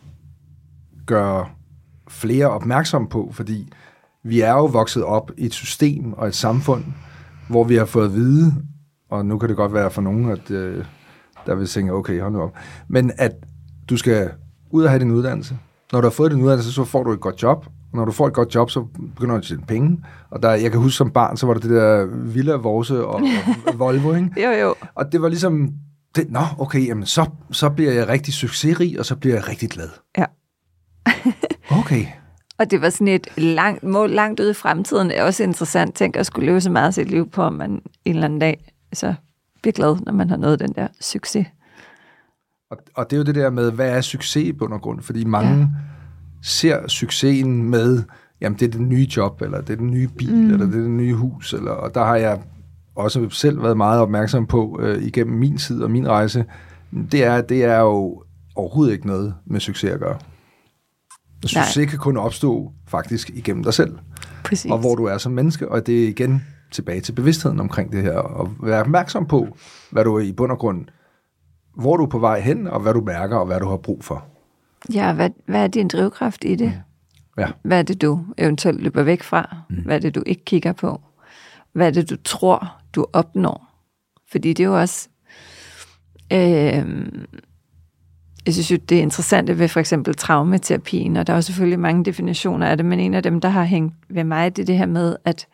gøre flere opmærksom på, fordi vi er jo vokset op i et system og et samfund, hvor vi har fået at vide, og nu kan det godt være for nogen, at øh, der vil tænke, okay, hold nu op, men at du skal ud og have din uddannelse. Når du har fået din uddannelse, så får du et godt job. Når du får et godt job, så begynder du at tjene penge. Og der, jeg kan huske som barn, så var der det der Villa, Vorse og, og Volvo, ikke? Jo, jo. Og det var ligesom, det, nå, okay, jamen, så, så bliver jeg rigtig succesrig, og så bliver jeg rigtig glad. Ja. Okay. Og det var sådan et langt mål, langt ude i fremtiden. Det er også interessant, tænk at skulle leve så meget af sit liv på, at man en eller anden dag så bliver glad, når man har nået den der succes. Og, og det er jo det der med, hvad er succes i bund og grund? Fordi mange... Ja. ser succesen med, jamen det er det nye job, eller det er den nye bil, mm. eller det er det nye hus, eller, og der har jeg også selv været meget opmærksom på øh, igennem min tid og min rejse, det er, det er jo overhovedet ikke noget med succes at gøre. Og succes Nej. kan kun opstå faktisk igennem dig selv. Præcis. Og hvor du er som menneske, og det er igen tilbage til bevidstheden omkring det her, og være opmærksom på, hvad du er i bund og grund, hvor du er på vej hen, og hvad du mærker, og hvad du har brug for. Ja, hvad, hvad er din drivkraft i det? Ja. Hvad er det, du eventuelt løber væk fra? Mm. Hvad er det, du ikke kigger på? Hvad er det, du tror, du opnår? Fordi det er jo også... Øh, jeg synes jo, det er interessant ved for eksempel traumaterapien, og der er jo selvfølgelig mange definitioner af det, men en af dem, der har hængt ved mig, det er det her med, at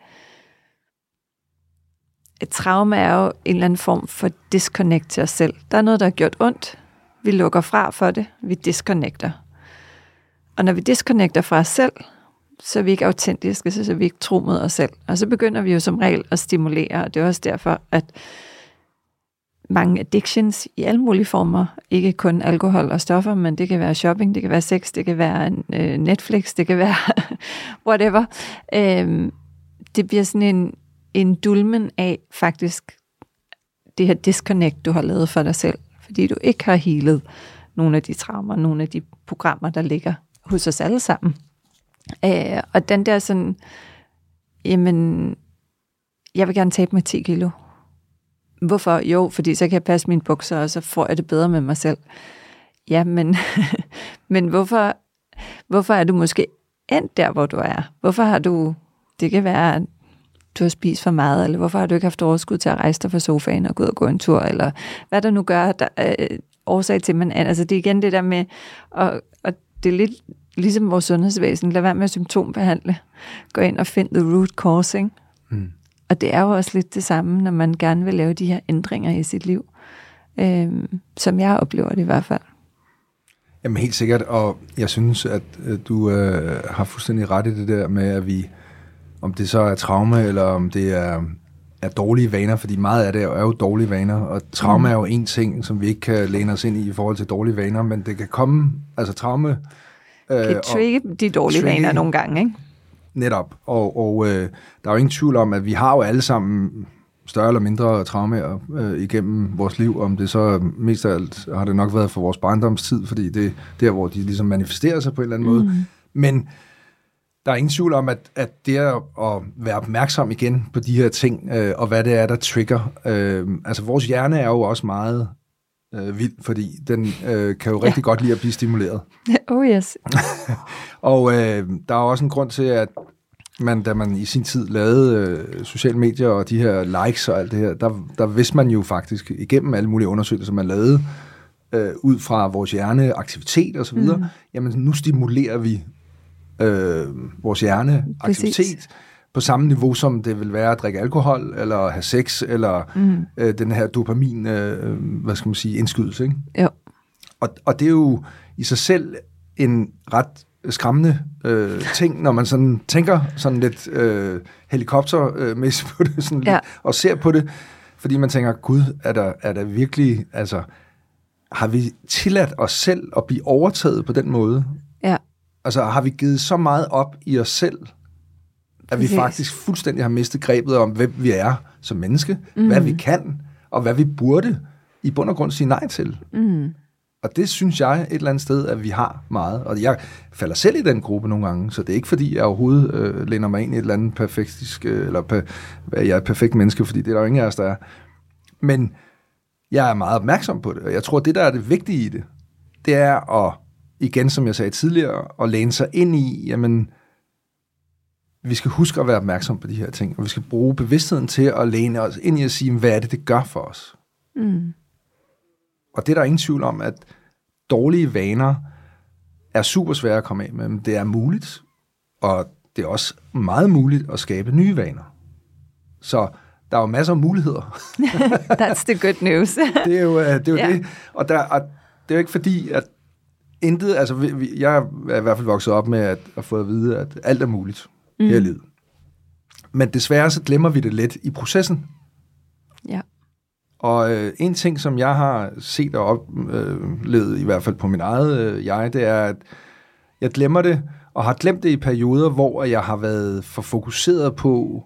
et trauma er jo en eller anden form for disconnect til os selv. Der er noget, der har gjort ondt. Vi lukker fra for det. Vi disconnecter. Og når vi disconnecter fra os selv, så er vi ikke autentiske, så er vi ikke tro mod os selv. Og så begynder vi jo som regel at stimulere, og det er også derfor, at mange addictions i alle mulige former, ikke kun alkohol og stoffer, men det kan være shopping, det kan være sex, det kan være øh, Netflix, det kan være whatever. Øh, det bliver sådan en, en dulmen af faktisk det her disconnect, du har lavet for dig selv. Fordi du ikke har healet nogle af de traumer, nogle af de programmer, der ligger hos os alle sammen. Øh, og den der sådan, jamen, jeg vil gerne tabe mig ti kilo. Hvorfor? Jo, fordi så kan jeg passe mine bukser, og så får jeg det bedre med mig selv. Ja, men, men hvorfor, hvorfor er du måske endt der, hvor du er? Hvorfor har du, det kan være, du har spist for meget, eller hvorfor har du ikke haft overskud til at rejse dig fra sofaen og gå ud og gå en tur, eller hvad der nu gør, der er øh, årsag til, man altså det er igen det der med, og, og det er lidt ligesom vores sundhedsvæsen, lad være med at symptombehandle, gå ind og find the root causing, mm. og det er jo også lidt det samme, når man gerne vil lave de her ændringer i sit liv, øh, som jeg oplever det i hvert fald. Jamen helt sikkert, og jeg synes, at du øh, har fuldstændig ret i det der med, at vi, om det så er traume, eller om det er, er dårlige vaner, fordi meget af det er jo dårlige vaner, og traume mm. er jo en ting, som vi ikke kan læne os ind i i forhold til dårlige vaner, men det kan komme, altså traume... Øh, kan trigge de dårlige trigge, vaner nogle gange, ikke? Netop, og, og øh, der er jo ingen tvivl om, at vi har jo alle sammen større eller mindre traumer øh, igennem vores liv, om det så mest af alt har det nok været for vores barndomstid, fordi det er der, hvor de ligesom manifesterer sig på en eller anden mm. måde. Men der er ingen tvivl om, at, at det er at være opmærksom igen på de her ting, øh, og hvad det er, der trigger. Øh, altså vores hjerne er jo også meget øh, vild, fordi den øh, kan jo rigtig ja. godt lide at blive stimuleret. Oh yes. Og øh, der er også en grund til, at man, da man i sin tid lavede øh, sociale medier og de her likes og alt det her, der, der vidste man jo faktisk igennem alle mulige undersøgelser, man lavede øh, ud fra vores hjerneaktivitet og så videre, mm. jamen nu stimulerer vi øh, vores hjerneaktivitet på samme niveau, som det vil være at drikke alkohol, eller have sex, eller mm. øh, den her dopamin, øh, hvad skal man sige, indskydelse, ikke? Jo. Og, og det er jo i sig selv en ret skræmmende øh, ting, når man sådan tænker sådan lidt øh, helikoptermæssigt på det, sådan ja. lidt, og ser på det, fordi man tænker, gud, er der, er der virkelig, altså, har vi tilladt os selv at blive overtaget på den måde? Ja. Altså, har vi givet så meget op i os selv, at Præcis. vi faktisk fuldstændig har mistet grebet om, hvem vi er som menneske, mm. hvad vi kan, og hvad vi burde i bund og grund sige nej til. Mm. Og det synes jeg et eller andet sted, at vi har meget. Og jeg falder selv i den gruppe nogle gange, så det er ikke fordi, jeg overhovedet øh, læner mig ind i et eller andet perfektisk, øh, eller per, jeg er et perfekt menneske, fordi det er der jo ingen af os, der er. Men jeg er meget opmærksom på det, og jeg tror, det der er det vigtige i det, det er at, igen som jeg sagde tidligere, at læne sig ind i, jamen, vi skal huske at være opmærksom på de her ting, og vi skal bruge bevidstheden til at læne os ind i at sige, hvad er det, det gør for os. Mm. Og det er der ingen tvivl om, at dårlige vaner er super svære at komme af med, men det er muligt, og det er også meget muligt at skabe nye vaner. Så der er jo masser af muligheder. That's the good news. det er jo, det, er jo yeah. det. Og, der, og det er jo ikke fordi, at intet, altså vi, jeg er i hvert fald vokset op med at, at få at vide, at alt er muligt mm. her i livet. Men desværre så glemmer vi det lidt i processen. Ja. Og øh, en ting, som jeg har set og oplevet, øh, i hvert fald på min eget øh, jeg, det er, at jeg glemmer det, og har glemt det i perioder, hvor jeg har været for fokuseret på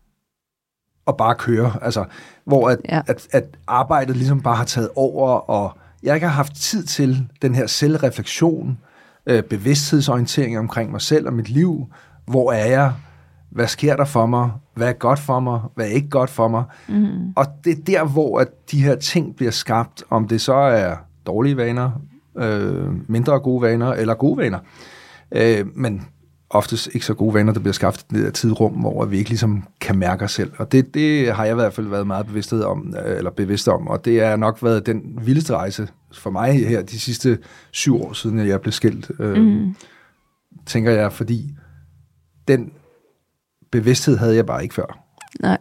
at bare køre. Altså, hvor at, ja. at, at arbejdet ligesom bare har taget over, og jeg ikke har haft tid til den her selvreflektion, øh, bevidsthedsorientering omkring mig selv og mit liv. Hvor er jeg? Hvad sker der for mig? Hvad er godt for mig? Hvad er ikke godt for mig? Mm. Og det er der, hvor at de her ting bliver skabt, om det så er dårlige vaner, øh, mindre gode vaner eller gode vaner. Øh, men oftest ikke så gode vaner, der bliver skabt i det der tidsrum, hvor vi ikke ligesom kan mærke os selv. Og det, det har jeg i hvert fald været meget bevidst om, eller bevidst om, og det er nok været den vildeste rejse for mig her de sidste syv år siden, jeg blev skilt. Øh, mm. Tænker jeg, fordi den bevidsthed havde jeg bare ikke før. Nej.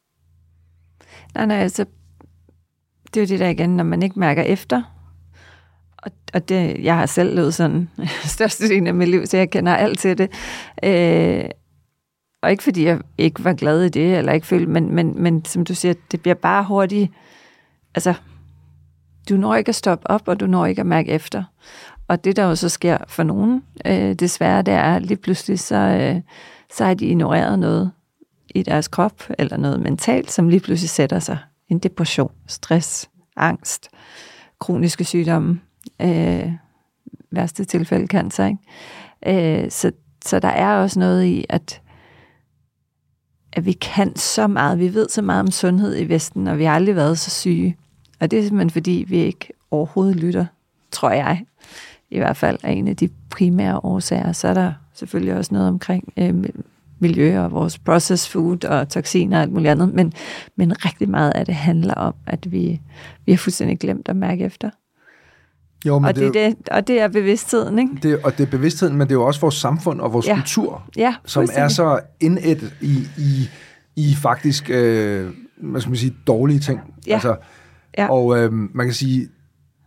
Nej, nej, altså, det er jo det der igen, når man ikke mærker efter, og, og det, jeg har selv levet sådan størstedelen af mit liv, så jeg kender alt til det. Øh, og ikke fordi jeg ikke var glad i det, eller ikke følte, men, men, men som du siger, det bliver bare hurtigt, altså, du når ikke at stoppe op, og du når ikke at mærke efter. Og det, der jo så sker for nogen, øh, desværre, det er lige pludselig, så, øh, så har de ignoreret noget i deres krop, eller noget mentalt, som lige pludselig sætter sig. En depression, stress, angst, kroniske sygdomme, øh, værste tilfælde cancer, ikke? Øh, så, så der er også noget i, at, at vi kan så meget, vi ved så meget om sundhed i Vesten, og vi har aldrig været så syge. Og det er simpelthen fordi, vi ikke overhovedet lytter, tror jeg. I hvert fald er en af de primære årsager. Så er der selvfølgelig også noget omkring øh, miljø og vores processed food og toksiner og alt muligt andet. Men, men rigtig meget af det handler om, at vi, vi har fuldstændig glemt at mærke efter. Jo, men og, det, det er, det, og det er bevidstheden, ikke? Det, og det er bevidstheden, men det er jo også vores samfund og vores ja. kultur, ja, som er så indet i, i, i faktisk, øh, hvad skal man sige, dårlige ting. Ja. Altså, ja. Og øh, man kan sige,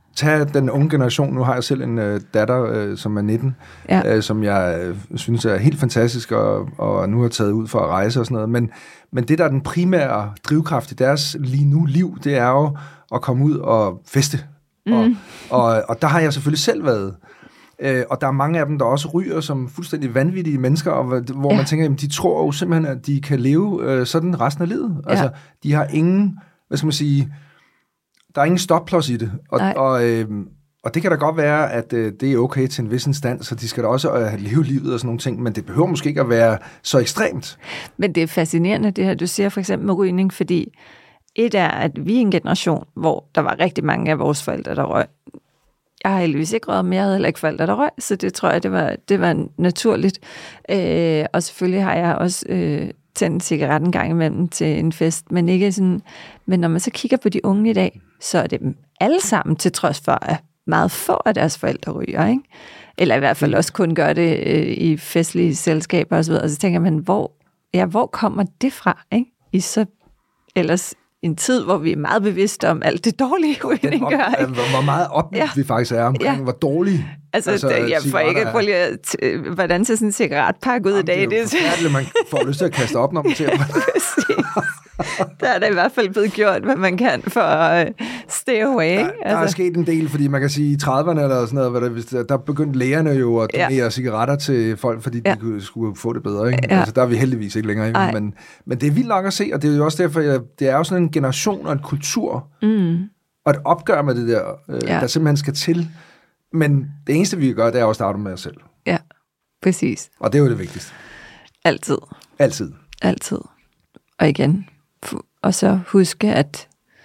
tag den unge generation. Nu har jeg selv en øh, datter, øh, som er nitten, ja. øh, som jeg øh, synes er helt fantastisk, og, og nu har taget ud for at rejse og sådan noget. Men, men det, der er den primære drivkraft i deres lige nu liv, det er jo at komme ud og feste. Mm. Og, og, og der har jeg selvfølgelig selv været. Øh, og der er mange af dem, der også ryger som fuldstændig vanvittige mennesker, og, hvor ja. man tænker, jamen, de tror jo simpelthen, at de kan leve øh, sådan resten af livet. Ja. Altså, de har ingen, hvad skal man sige, der er ingen stopklods i det. Og, og, øh, og det kan da godt være, at øh, det er okay til en vis instans, så de skal da også øh, leve livet og sådan nogle ting, men det behøver måske ikke at være så ekstremt. Men det er fascinerende, det her, du siger for eksempel med rygning, fordi et er, at vi er en generation, hvor der var rigtig mange af vores forældre, der røg. Jeg har heldigvis ikke røget, men jeg havde heller ikke forældre, der røg, så det tror jeg, det var, det var naturligt. Øh, og selvfølgelig har jeg også øh, tændt en cigaret en gang imellem til en fest, men ikke sådan. Men når man så kigger på de unge i dag, så er det dem alle sammen, til trods for, at meget få af deres forældre ryger, ikke? Eller i hvert fald også kun gør det øh, i festlige selskaber og så videre. Og så tænker man, hvor, ja, hvor kommer det fra, ikke? I så ellers en tid, hvor vi er meget bevidste om alt det dårlige, rygning op, gør. Ikke? Hvor meget oplyst ja. vi faktisk er omkring, ja. hvor dårlige. Altså, altså det, jeg får ikke prøve lige at, t- hvordan ser sådan en cigaretpakke ud i dag? Det er jo forfærdeligt, man får lyst til at kaste op, når man ser på det. Der er der i hvert fald blevet gjort, hvad man kan for at uh, stay away. Ikke? Der, der altså. er sket en del, fordi man kan sige, i trediverne eller sådan noget, der, der begyndte lægerne jo at donere ja. cigaretter til folk, fordi ja. de kunne, skulle få det bedre. Ikke? Ja. Altså, der er vi heldigvis ikke længere. Ikke? Men, men det er vildt nok at se, og det er jo også derfor, jeg, det er jo sådan en generation og en kultur, mm. og et opgør med det der, øh, ja. der simpelthen skal til. Men det eneste, vi kan gøre, det er at starte med os selv. Ja, præcis. Og det er jo det vigtigste. Altid. Altid. Altid. Og igen. Og så huske, at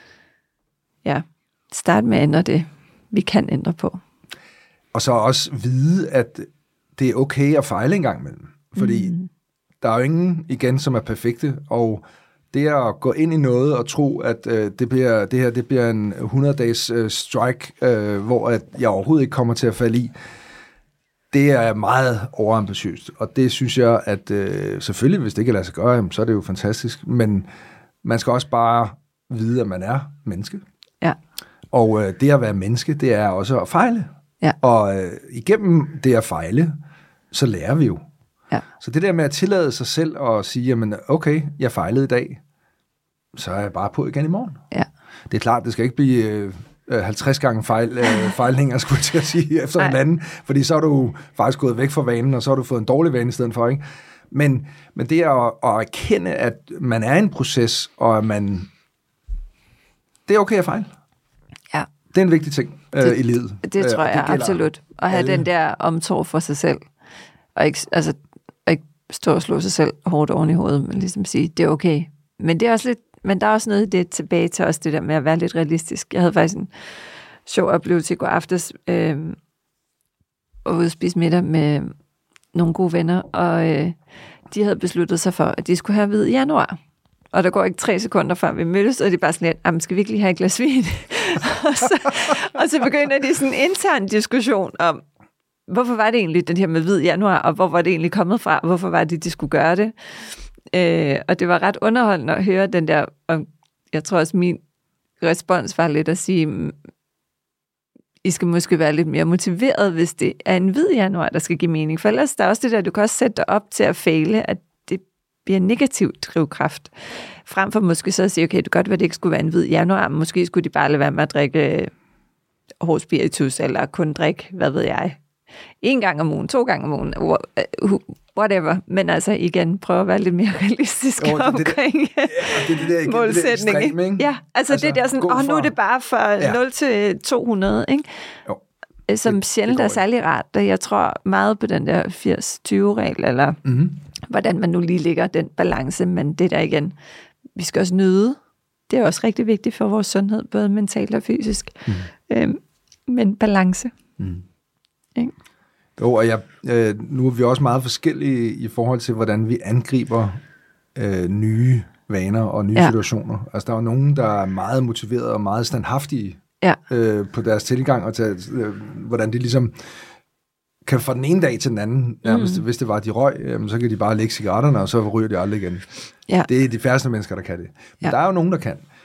ja, start med at ændre det, vi kan ændre på. Og så også vide, at det er okay at fejle en gang imellem. Fordi mm. der er jo ingen, igen, som er perfekte, og det at gå ind i noget og tro, at øh, det, bliver, det her det bliver en hundrede-dages øh, strike, øh, hvor at jeg overhovedet ikke kommer til at falde i, det er meget overambitiøst. Og det synes jeg, at øh, selvfølgelig, hvis det ikke kan lade sig gøre, så er det jo fantastisk. Men man skal også bare vide, at man er menneske. Ja. Og øh, det at være menneske, det er også at fejle. Ja. Og øh, igennem det at fejle, så lærer vi jo. Ja. Så det der med at tillade sig selv og sige, jamen okay, jeg fejlede i dag, så er jeg bare på igen i morgen. Ja. Det er klart, det skal ikke blive øh, halvtreds gange fejl, øh, fejlninger, skulle jeg til at sige, efter en anden, fordi så er du faktisk gået væk fra vanen, og så har du fået en dårlig vane i stedet for, ikke? Men, men det er at, at erkende, at man er i en proces, og at man... Det er okay at fejle. Ja. Det er en vigtig ting øh, det, i livet. Det tror det jeg absolut. At have alle. Den der omsorg for sig selv. Og ikke, altså, ikke stå og slå sig selv hårdt oven i hovedet, men ligesom sige, det er okay. Men det er også lidt, men der er også noget i det tilbage til os, det der med at være lidt realistisk. Jeg havde faktisk en sjov oplevelse i går aftes, øh, og ude at spise middag med nogle gode venner, og øh, de havde besluttet sig for, at de skulle have hvid i januar. Og der går ikke tre sekunder før vi mødes, og de er bare sådan lidt, skal vi ikke lige have et glas vin? og, så, og så begynder de sådan en intern diskussion om, hvorfor var det egentlig den her med hvid januar, og hvor var det egentlig kommet fra, og hvorfor var det, de skulle gøre det? Øh, og det var ret underholdende at høre den der, og jeg tror også, min respons var lidt at sige, I skal måske være lidt mere motiveret, hvis det er en hvid januar, der skal give mening. For ellers der er også det der, du kan også sætte dig op til at fejle, at det bliver en negativ drivkraft. Frem for måske så at sige, okay, det kan godt være, at det ikke skulle være en hvid januar, men måske skulle de bare lade være med at drikke hård spiritus, eller kun drikke, hvad ved jeg, en gang om ugen, to gange om ugen, whatever. Men altså igen, prøve at være lidt mere realistisk oh, omkring målsætningen. Ja, altså, altså det der sådan, åh, nu er det bare fra ja. nul til to hundrede, ikke? Jo. Som det, sjældent det er særlig rart. Jeg tror meget på den der firs tyve-regel, eller mm-hmm. hvordan man nu lige ligger den balance, men det der igen, vi skal også nyde. Det er også rigtig vigtigt for vores sundhed, både mentalt og fysisk. Mm. Øhm, men balance. Mm. Ikke? Jo, og jeg, øh, nu er vi også meget forskellige i forhold til, hvordan vi angriber øh, nye vaner og nye ja. situationer. Altså, der er jo nogen, der er meget motiverede og meget standhaftige ja. øh, på deres tilgang, og til, øh, hvordan de ligesom kan fra den ene dag til den anden, nærmest, mm. hvis det var, de røg, jamen, så kan de bare lægge cigaretterne, og så ryger de aldrig igen. Ja. Det er de færreste mennesker, der kan det. Men ja. der er jo nogen, der kan.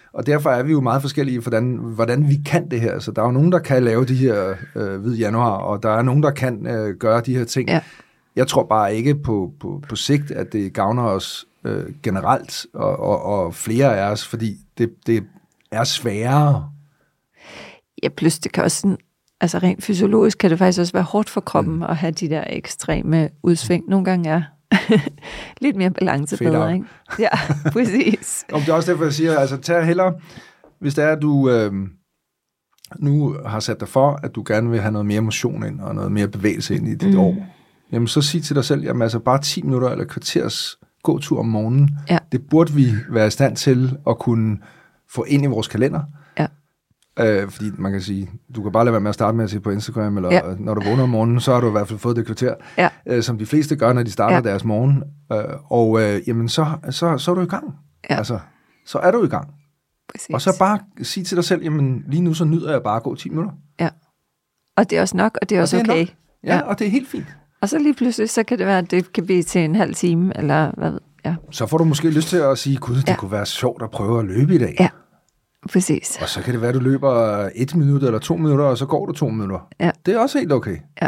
Og derfor er vi jo meget forskellige, hvordan, hvordan vi kan det her. Så der er jo nogen, der kan lave de her øh, hvid januar, og der er nogen, der kan øh, gøre de her ting. Ja. Jeg tror bare ikke på, på, på sigt, at det gavner os øh, generelt, og, og, og flere af os, fordi det, det er sværere. Ja, plus det kan også sådan, altså rent fysiologisk kan det faktisk også være hårdt for kroppen mm. at have de der ekstreme udsving. Nogle gange er lidt mere balance bedre, ikke? Ja, præcis. Og det er også derfor, jeg siger, altså tag hellere, hvis det er, at du øh, nu har sat dig for, at du gerne vil have noget mere motion ind, og noget mere bevægelse ind i dit mm. år, jamen så sig til dig selv, jamen altså bare ti minutter eller kvarters gåtur om morgenen, ja. Det burde vi være i stand til at kunne få ind i vores kalender. Ja. Øh, fordi man kan sige, du kan bare lade være med at starte med at se på Instagram, eller ja. Når du vågner om morgenen, så har du i hvert fald fået det kvarter, ja. øh, som de fleste gør, når de starter ja. Deres morgen. Øh, og øh, jamen, så, så, så er du i gang. Ja. Altså, så er du i gang. Præcis. Og så bare sige til dig selv, jamen lige nu så nyder jeg bare at gå ti minutter. Ja. Og det er også nok, og det er og også det er okay. Ja, ja, og det er helt fint. Og så lige pludselig, så kan det være, at det kan blive til en halv time, eller hvad ved jeg. Så får du måske lyst til at sige, gud, det ja. Kunne være sjovt at prøve at løbe i dag. Ja. Præcis. Og så kan det være, at du løber et minut eller to minutter, og så går du to minutter. Ja. Det er også helt okay. Ja.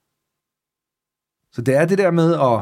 Så det er det der med at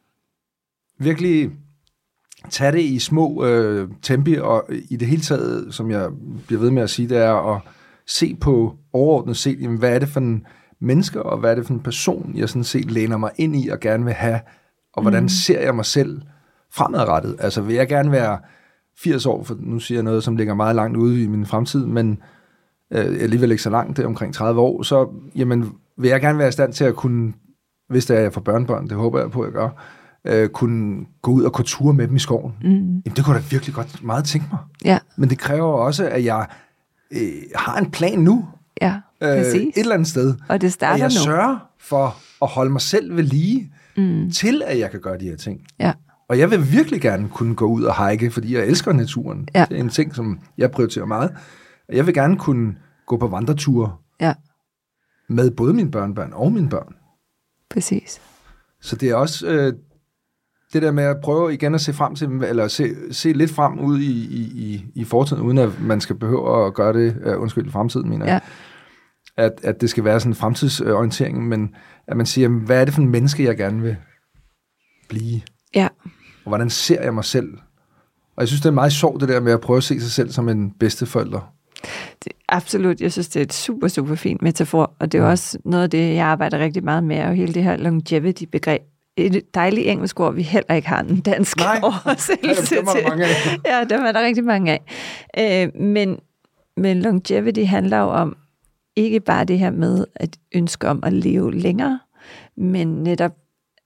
virkelig tage det i små øh, tempi, og i det hele taget, som jeg bliver ved med at sige, det er at se på overordnet set, jamen, hvad er det for en menneske, og hvad er det for en person, jeg sådan set læner mig ind i og gerne vil have, og hvordan mm. ser jeg mig selv fremadrettet? Altså vil jeg gerne være firs år, for nu siger jeg noget, som ligger meget langt ude i min fremtid, men øh, alligevel ikke så langt, det er omkring tredive år, så jamen, vil jeg gerne være i stand til at kunne, hvis det er jeg får børnebørn, det håber jeg på, at jeg gør, øh, kunne gå ud og gå ture med dem i skoven. Mm. Jamen, det kunne da virkelig godt meget tænke mig. Ja. Men det kræver også, at jeg øh, har en plan nu, ja, øh, et eller andet sted, og det starter at jeg nu. sørger for at holde mig selv ved lige, mm. til at jeg kan gøre de her ting. Ja. Og jeg vil virkelig gerne kunne gå ud og hike, fordi jeg elsker naturen. Ja. Det er en ting, som jeg prioriterer meget. Jeg vil gerne kunne gå på vandreture ja. Med både mine børnebørn og mine børn. Præcis. Så det er også øh, det der med at prøve igen at se frem til, eller se, se lidt frem ud i, i, i fortiden, uden at man skal behøve at gøre det, uh, undskyld, i fremtiden, mener jeg. Ja. At, at det skal være sådan en fremtidsorientering, men at man siger, hvad er det for en menneske, jeg gerne vil blive? Ja. Og hvordan ser jeg mig selv? Og jeg synes, det er meget sjovt, det der med at prøve at se sig selv som en bedsteforælder. Det, absolut. Jeg synes, det er et super, super fint metafor, og det er ja. Også noget af det, jeg arbejder rigtig meget med, og hele det her longevity-begreb. Et dejligt engelsk ord, vi heller ikke har en dansk Nej. oversættelse til. Nej, dem er der mange af. Ja, dem er der rigtig mange af. Øh, men, men longevity handler jo om ikke bare det her med at ønske om at leve længere, men netop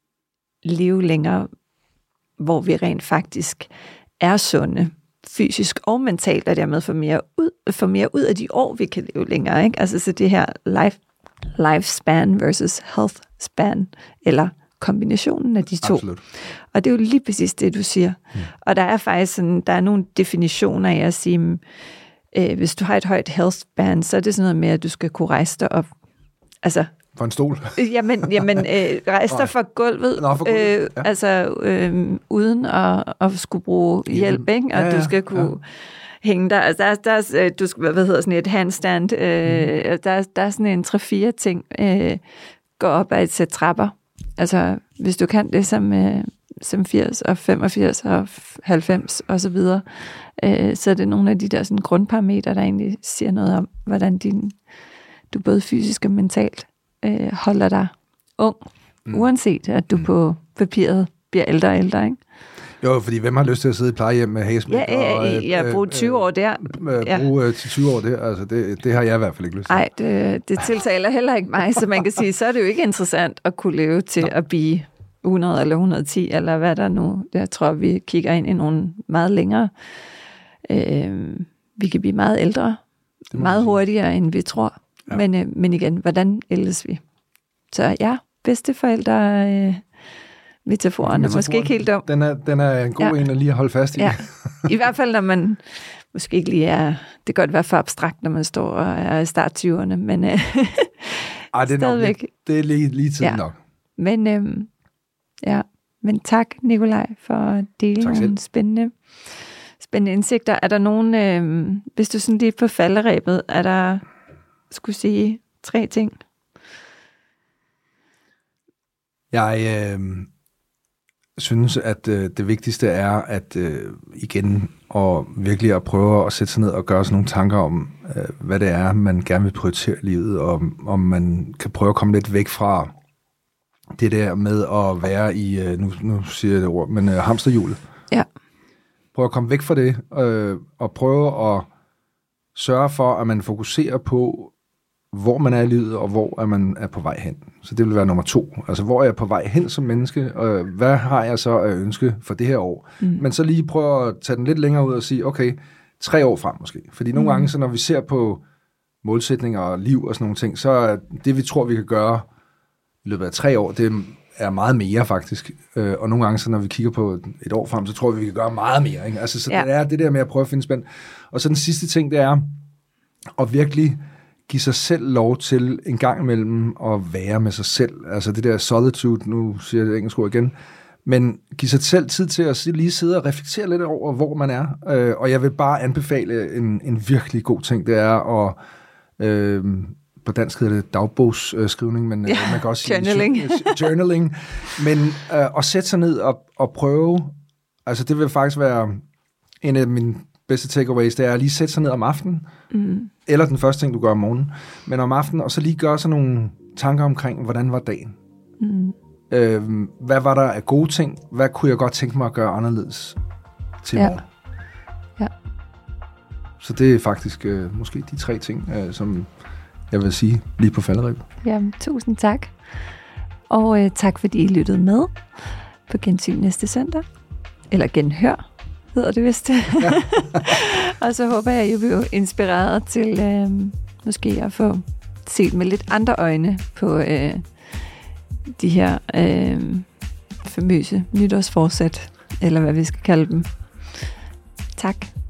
leve længere, hvor vi rent faktisk er sunde, fysisk og mentalt, og dermed får mere ud, får mere ud af de år, vi kan leve længere. Ikke? Altså så det her life, lifespan versus health span, eller kombinationen af de to. Absolut. Og det er jo lige præcis det, du siger. Hmm. Og der er faktisk sådan, der er nogle definitioner af at sige, øh, hvis du har et højt health span, så er det sådan noget med, at du skal kunne rejse dig op. Altså, for en stol? Jamen, jamen øh, rejse dig fra gulvet, Nå, for gulvet. Øh, ja. altså øh, uden at, at skulle bruge hjælp, ikke? Og ja, ja, du skal kunne ja. Hænge der. Altså, der, er, der er, du skal, hvad hedder sådan et handstand, øh, mm. der, der er sådan en tre-fire ting, øh, gå op ad et sæt trapper. Altså, hvis du kan det som, øh, som firs og femogfirs og halvfems og så videre, øh, så er det nogle af de der sådan grundparametre, der egentlig siger noget om, hvordan din, du både fysisk og mentalt øh, holder dig ung, mm. uanset at du mm. på papiret bliver ældre og ældre, ikke? Jo, fordi hvem har lyst til at sidde i plejehjem med hagesmæk? Ja, ja, ja, ja, ja, bruge tyve år der. Øh, bruge ja. til tyve år der, altså det, det har jeg i hvert fald ikke lyst til. Nej, det, det tiltaler heller ikke mig, så man kan sige, så er det jo ikke interessant at kunne leve til Nå. At blive hundrede eller et hundrede og ti, eller hvad der nu. Jeg tror, vi kigger ind i nogle meget længere. Øh, vi kan blive meget ældre, meget hurtigere, end vi tror. Ja. Men, øh, men igen, hvordan ældes vi? Så ja, bedsteforældre... Øh, metaforen er måske ikke helt dum. Den er, den er en god ja. En at lige holde fast i. Ja. I hvert fald, når man måske ikke lige er... Det kan godt være for abstrakt, når man står og er i start tyverne, men øh, Ej, det er stadigvæk... Nok, det er lige, lige tiden ja. Nok. Men, øh, ja. men tak, Nikolaj, for at dele tak nogle spændende, spændende indsigter. Er der nogen, øh, hvis du sådan lige på falderebet, er der, skulle sige, tre ting? Jeg øh, synes, at øh, det vigtigste er, at øh, igen, og virkelig at prøve at sætte sig ned og gøre sig nogle tanker om, øh, hvad det er, man gerne vil prioritere i livet, og om man kan prøve at komme lidt væk fra det der med at være i, øh, nu, nu siger jeg det ord, men øh, hamsterhjulet. Ja. Prøv at komme væk fra det, øh, og prøve at sørge for, at man fokuserer på, hvor man er i livet, og hvor er man er på vej hen. Så det vil være nummer to. Altså, hvor er jeg på vej hen som menneske, og hvad har jeg så at ønske for det her år? Mm. Men så lige prøve at tage den lidt længere ud og sige, okay, tre år frem måske. Fordi nogle mm. gange, så når vi ser på målsætninger og liv og sådan nogle ting, så er det, vi tror, vi kan gøre i løbet af tre år, det er meget mere faktisk. Og nogle gange, så når vi kigger på et år frem, så tror vi, vi kan gøre meget mere. Ikke? Altså, så ja. det er det der med at prøve at finde spænd. Og så den sidste ting, det er at virkelig give sig selv lov til en gang imellem at være med sig selv. Altså det der solitude, nu siger jeg det engelsk ord igen, men give sig selv tid til at lige sidde og reflektere lidt over, hvor man er. Øh, og jeg vil bare anbefale en, en virkelig god ting, det er at, øh, på dansk hedder det dagbogsskrivning, men ja, man kan også journaling. sige journaling. Men øh, at sætte sig ned og, og prøve, altså det vil faktisk være en af mine bedste takeaways, det er at lige sætte sig ned om aftenen, mm. eller den første ting, du gør om morgenen, men om aftenen, og så lige gøre sådan nogle tanker omkring, hvordan var dagen? Mm. Øh, hvad var der af gode ting? Hvad kunne jeg godt tænke mig at gøre anderledes til ja. morgen? Ja. Så det er faktisk øh, måske de tre ting, øh, som jeg vil sige lige på falderebet. Jamen, tusind tak. Og øh, tak, fordi I lyttede med på gensyn næste søndag. Eller genhør, hedder det vist. Ja. Og så håber jeg, at I bliver inspireret til øh, måske at få set med lidt andre øjne på øh, de her øh, famøse nytårsforsæt, eller hvad vi skal kalde dem. Tak.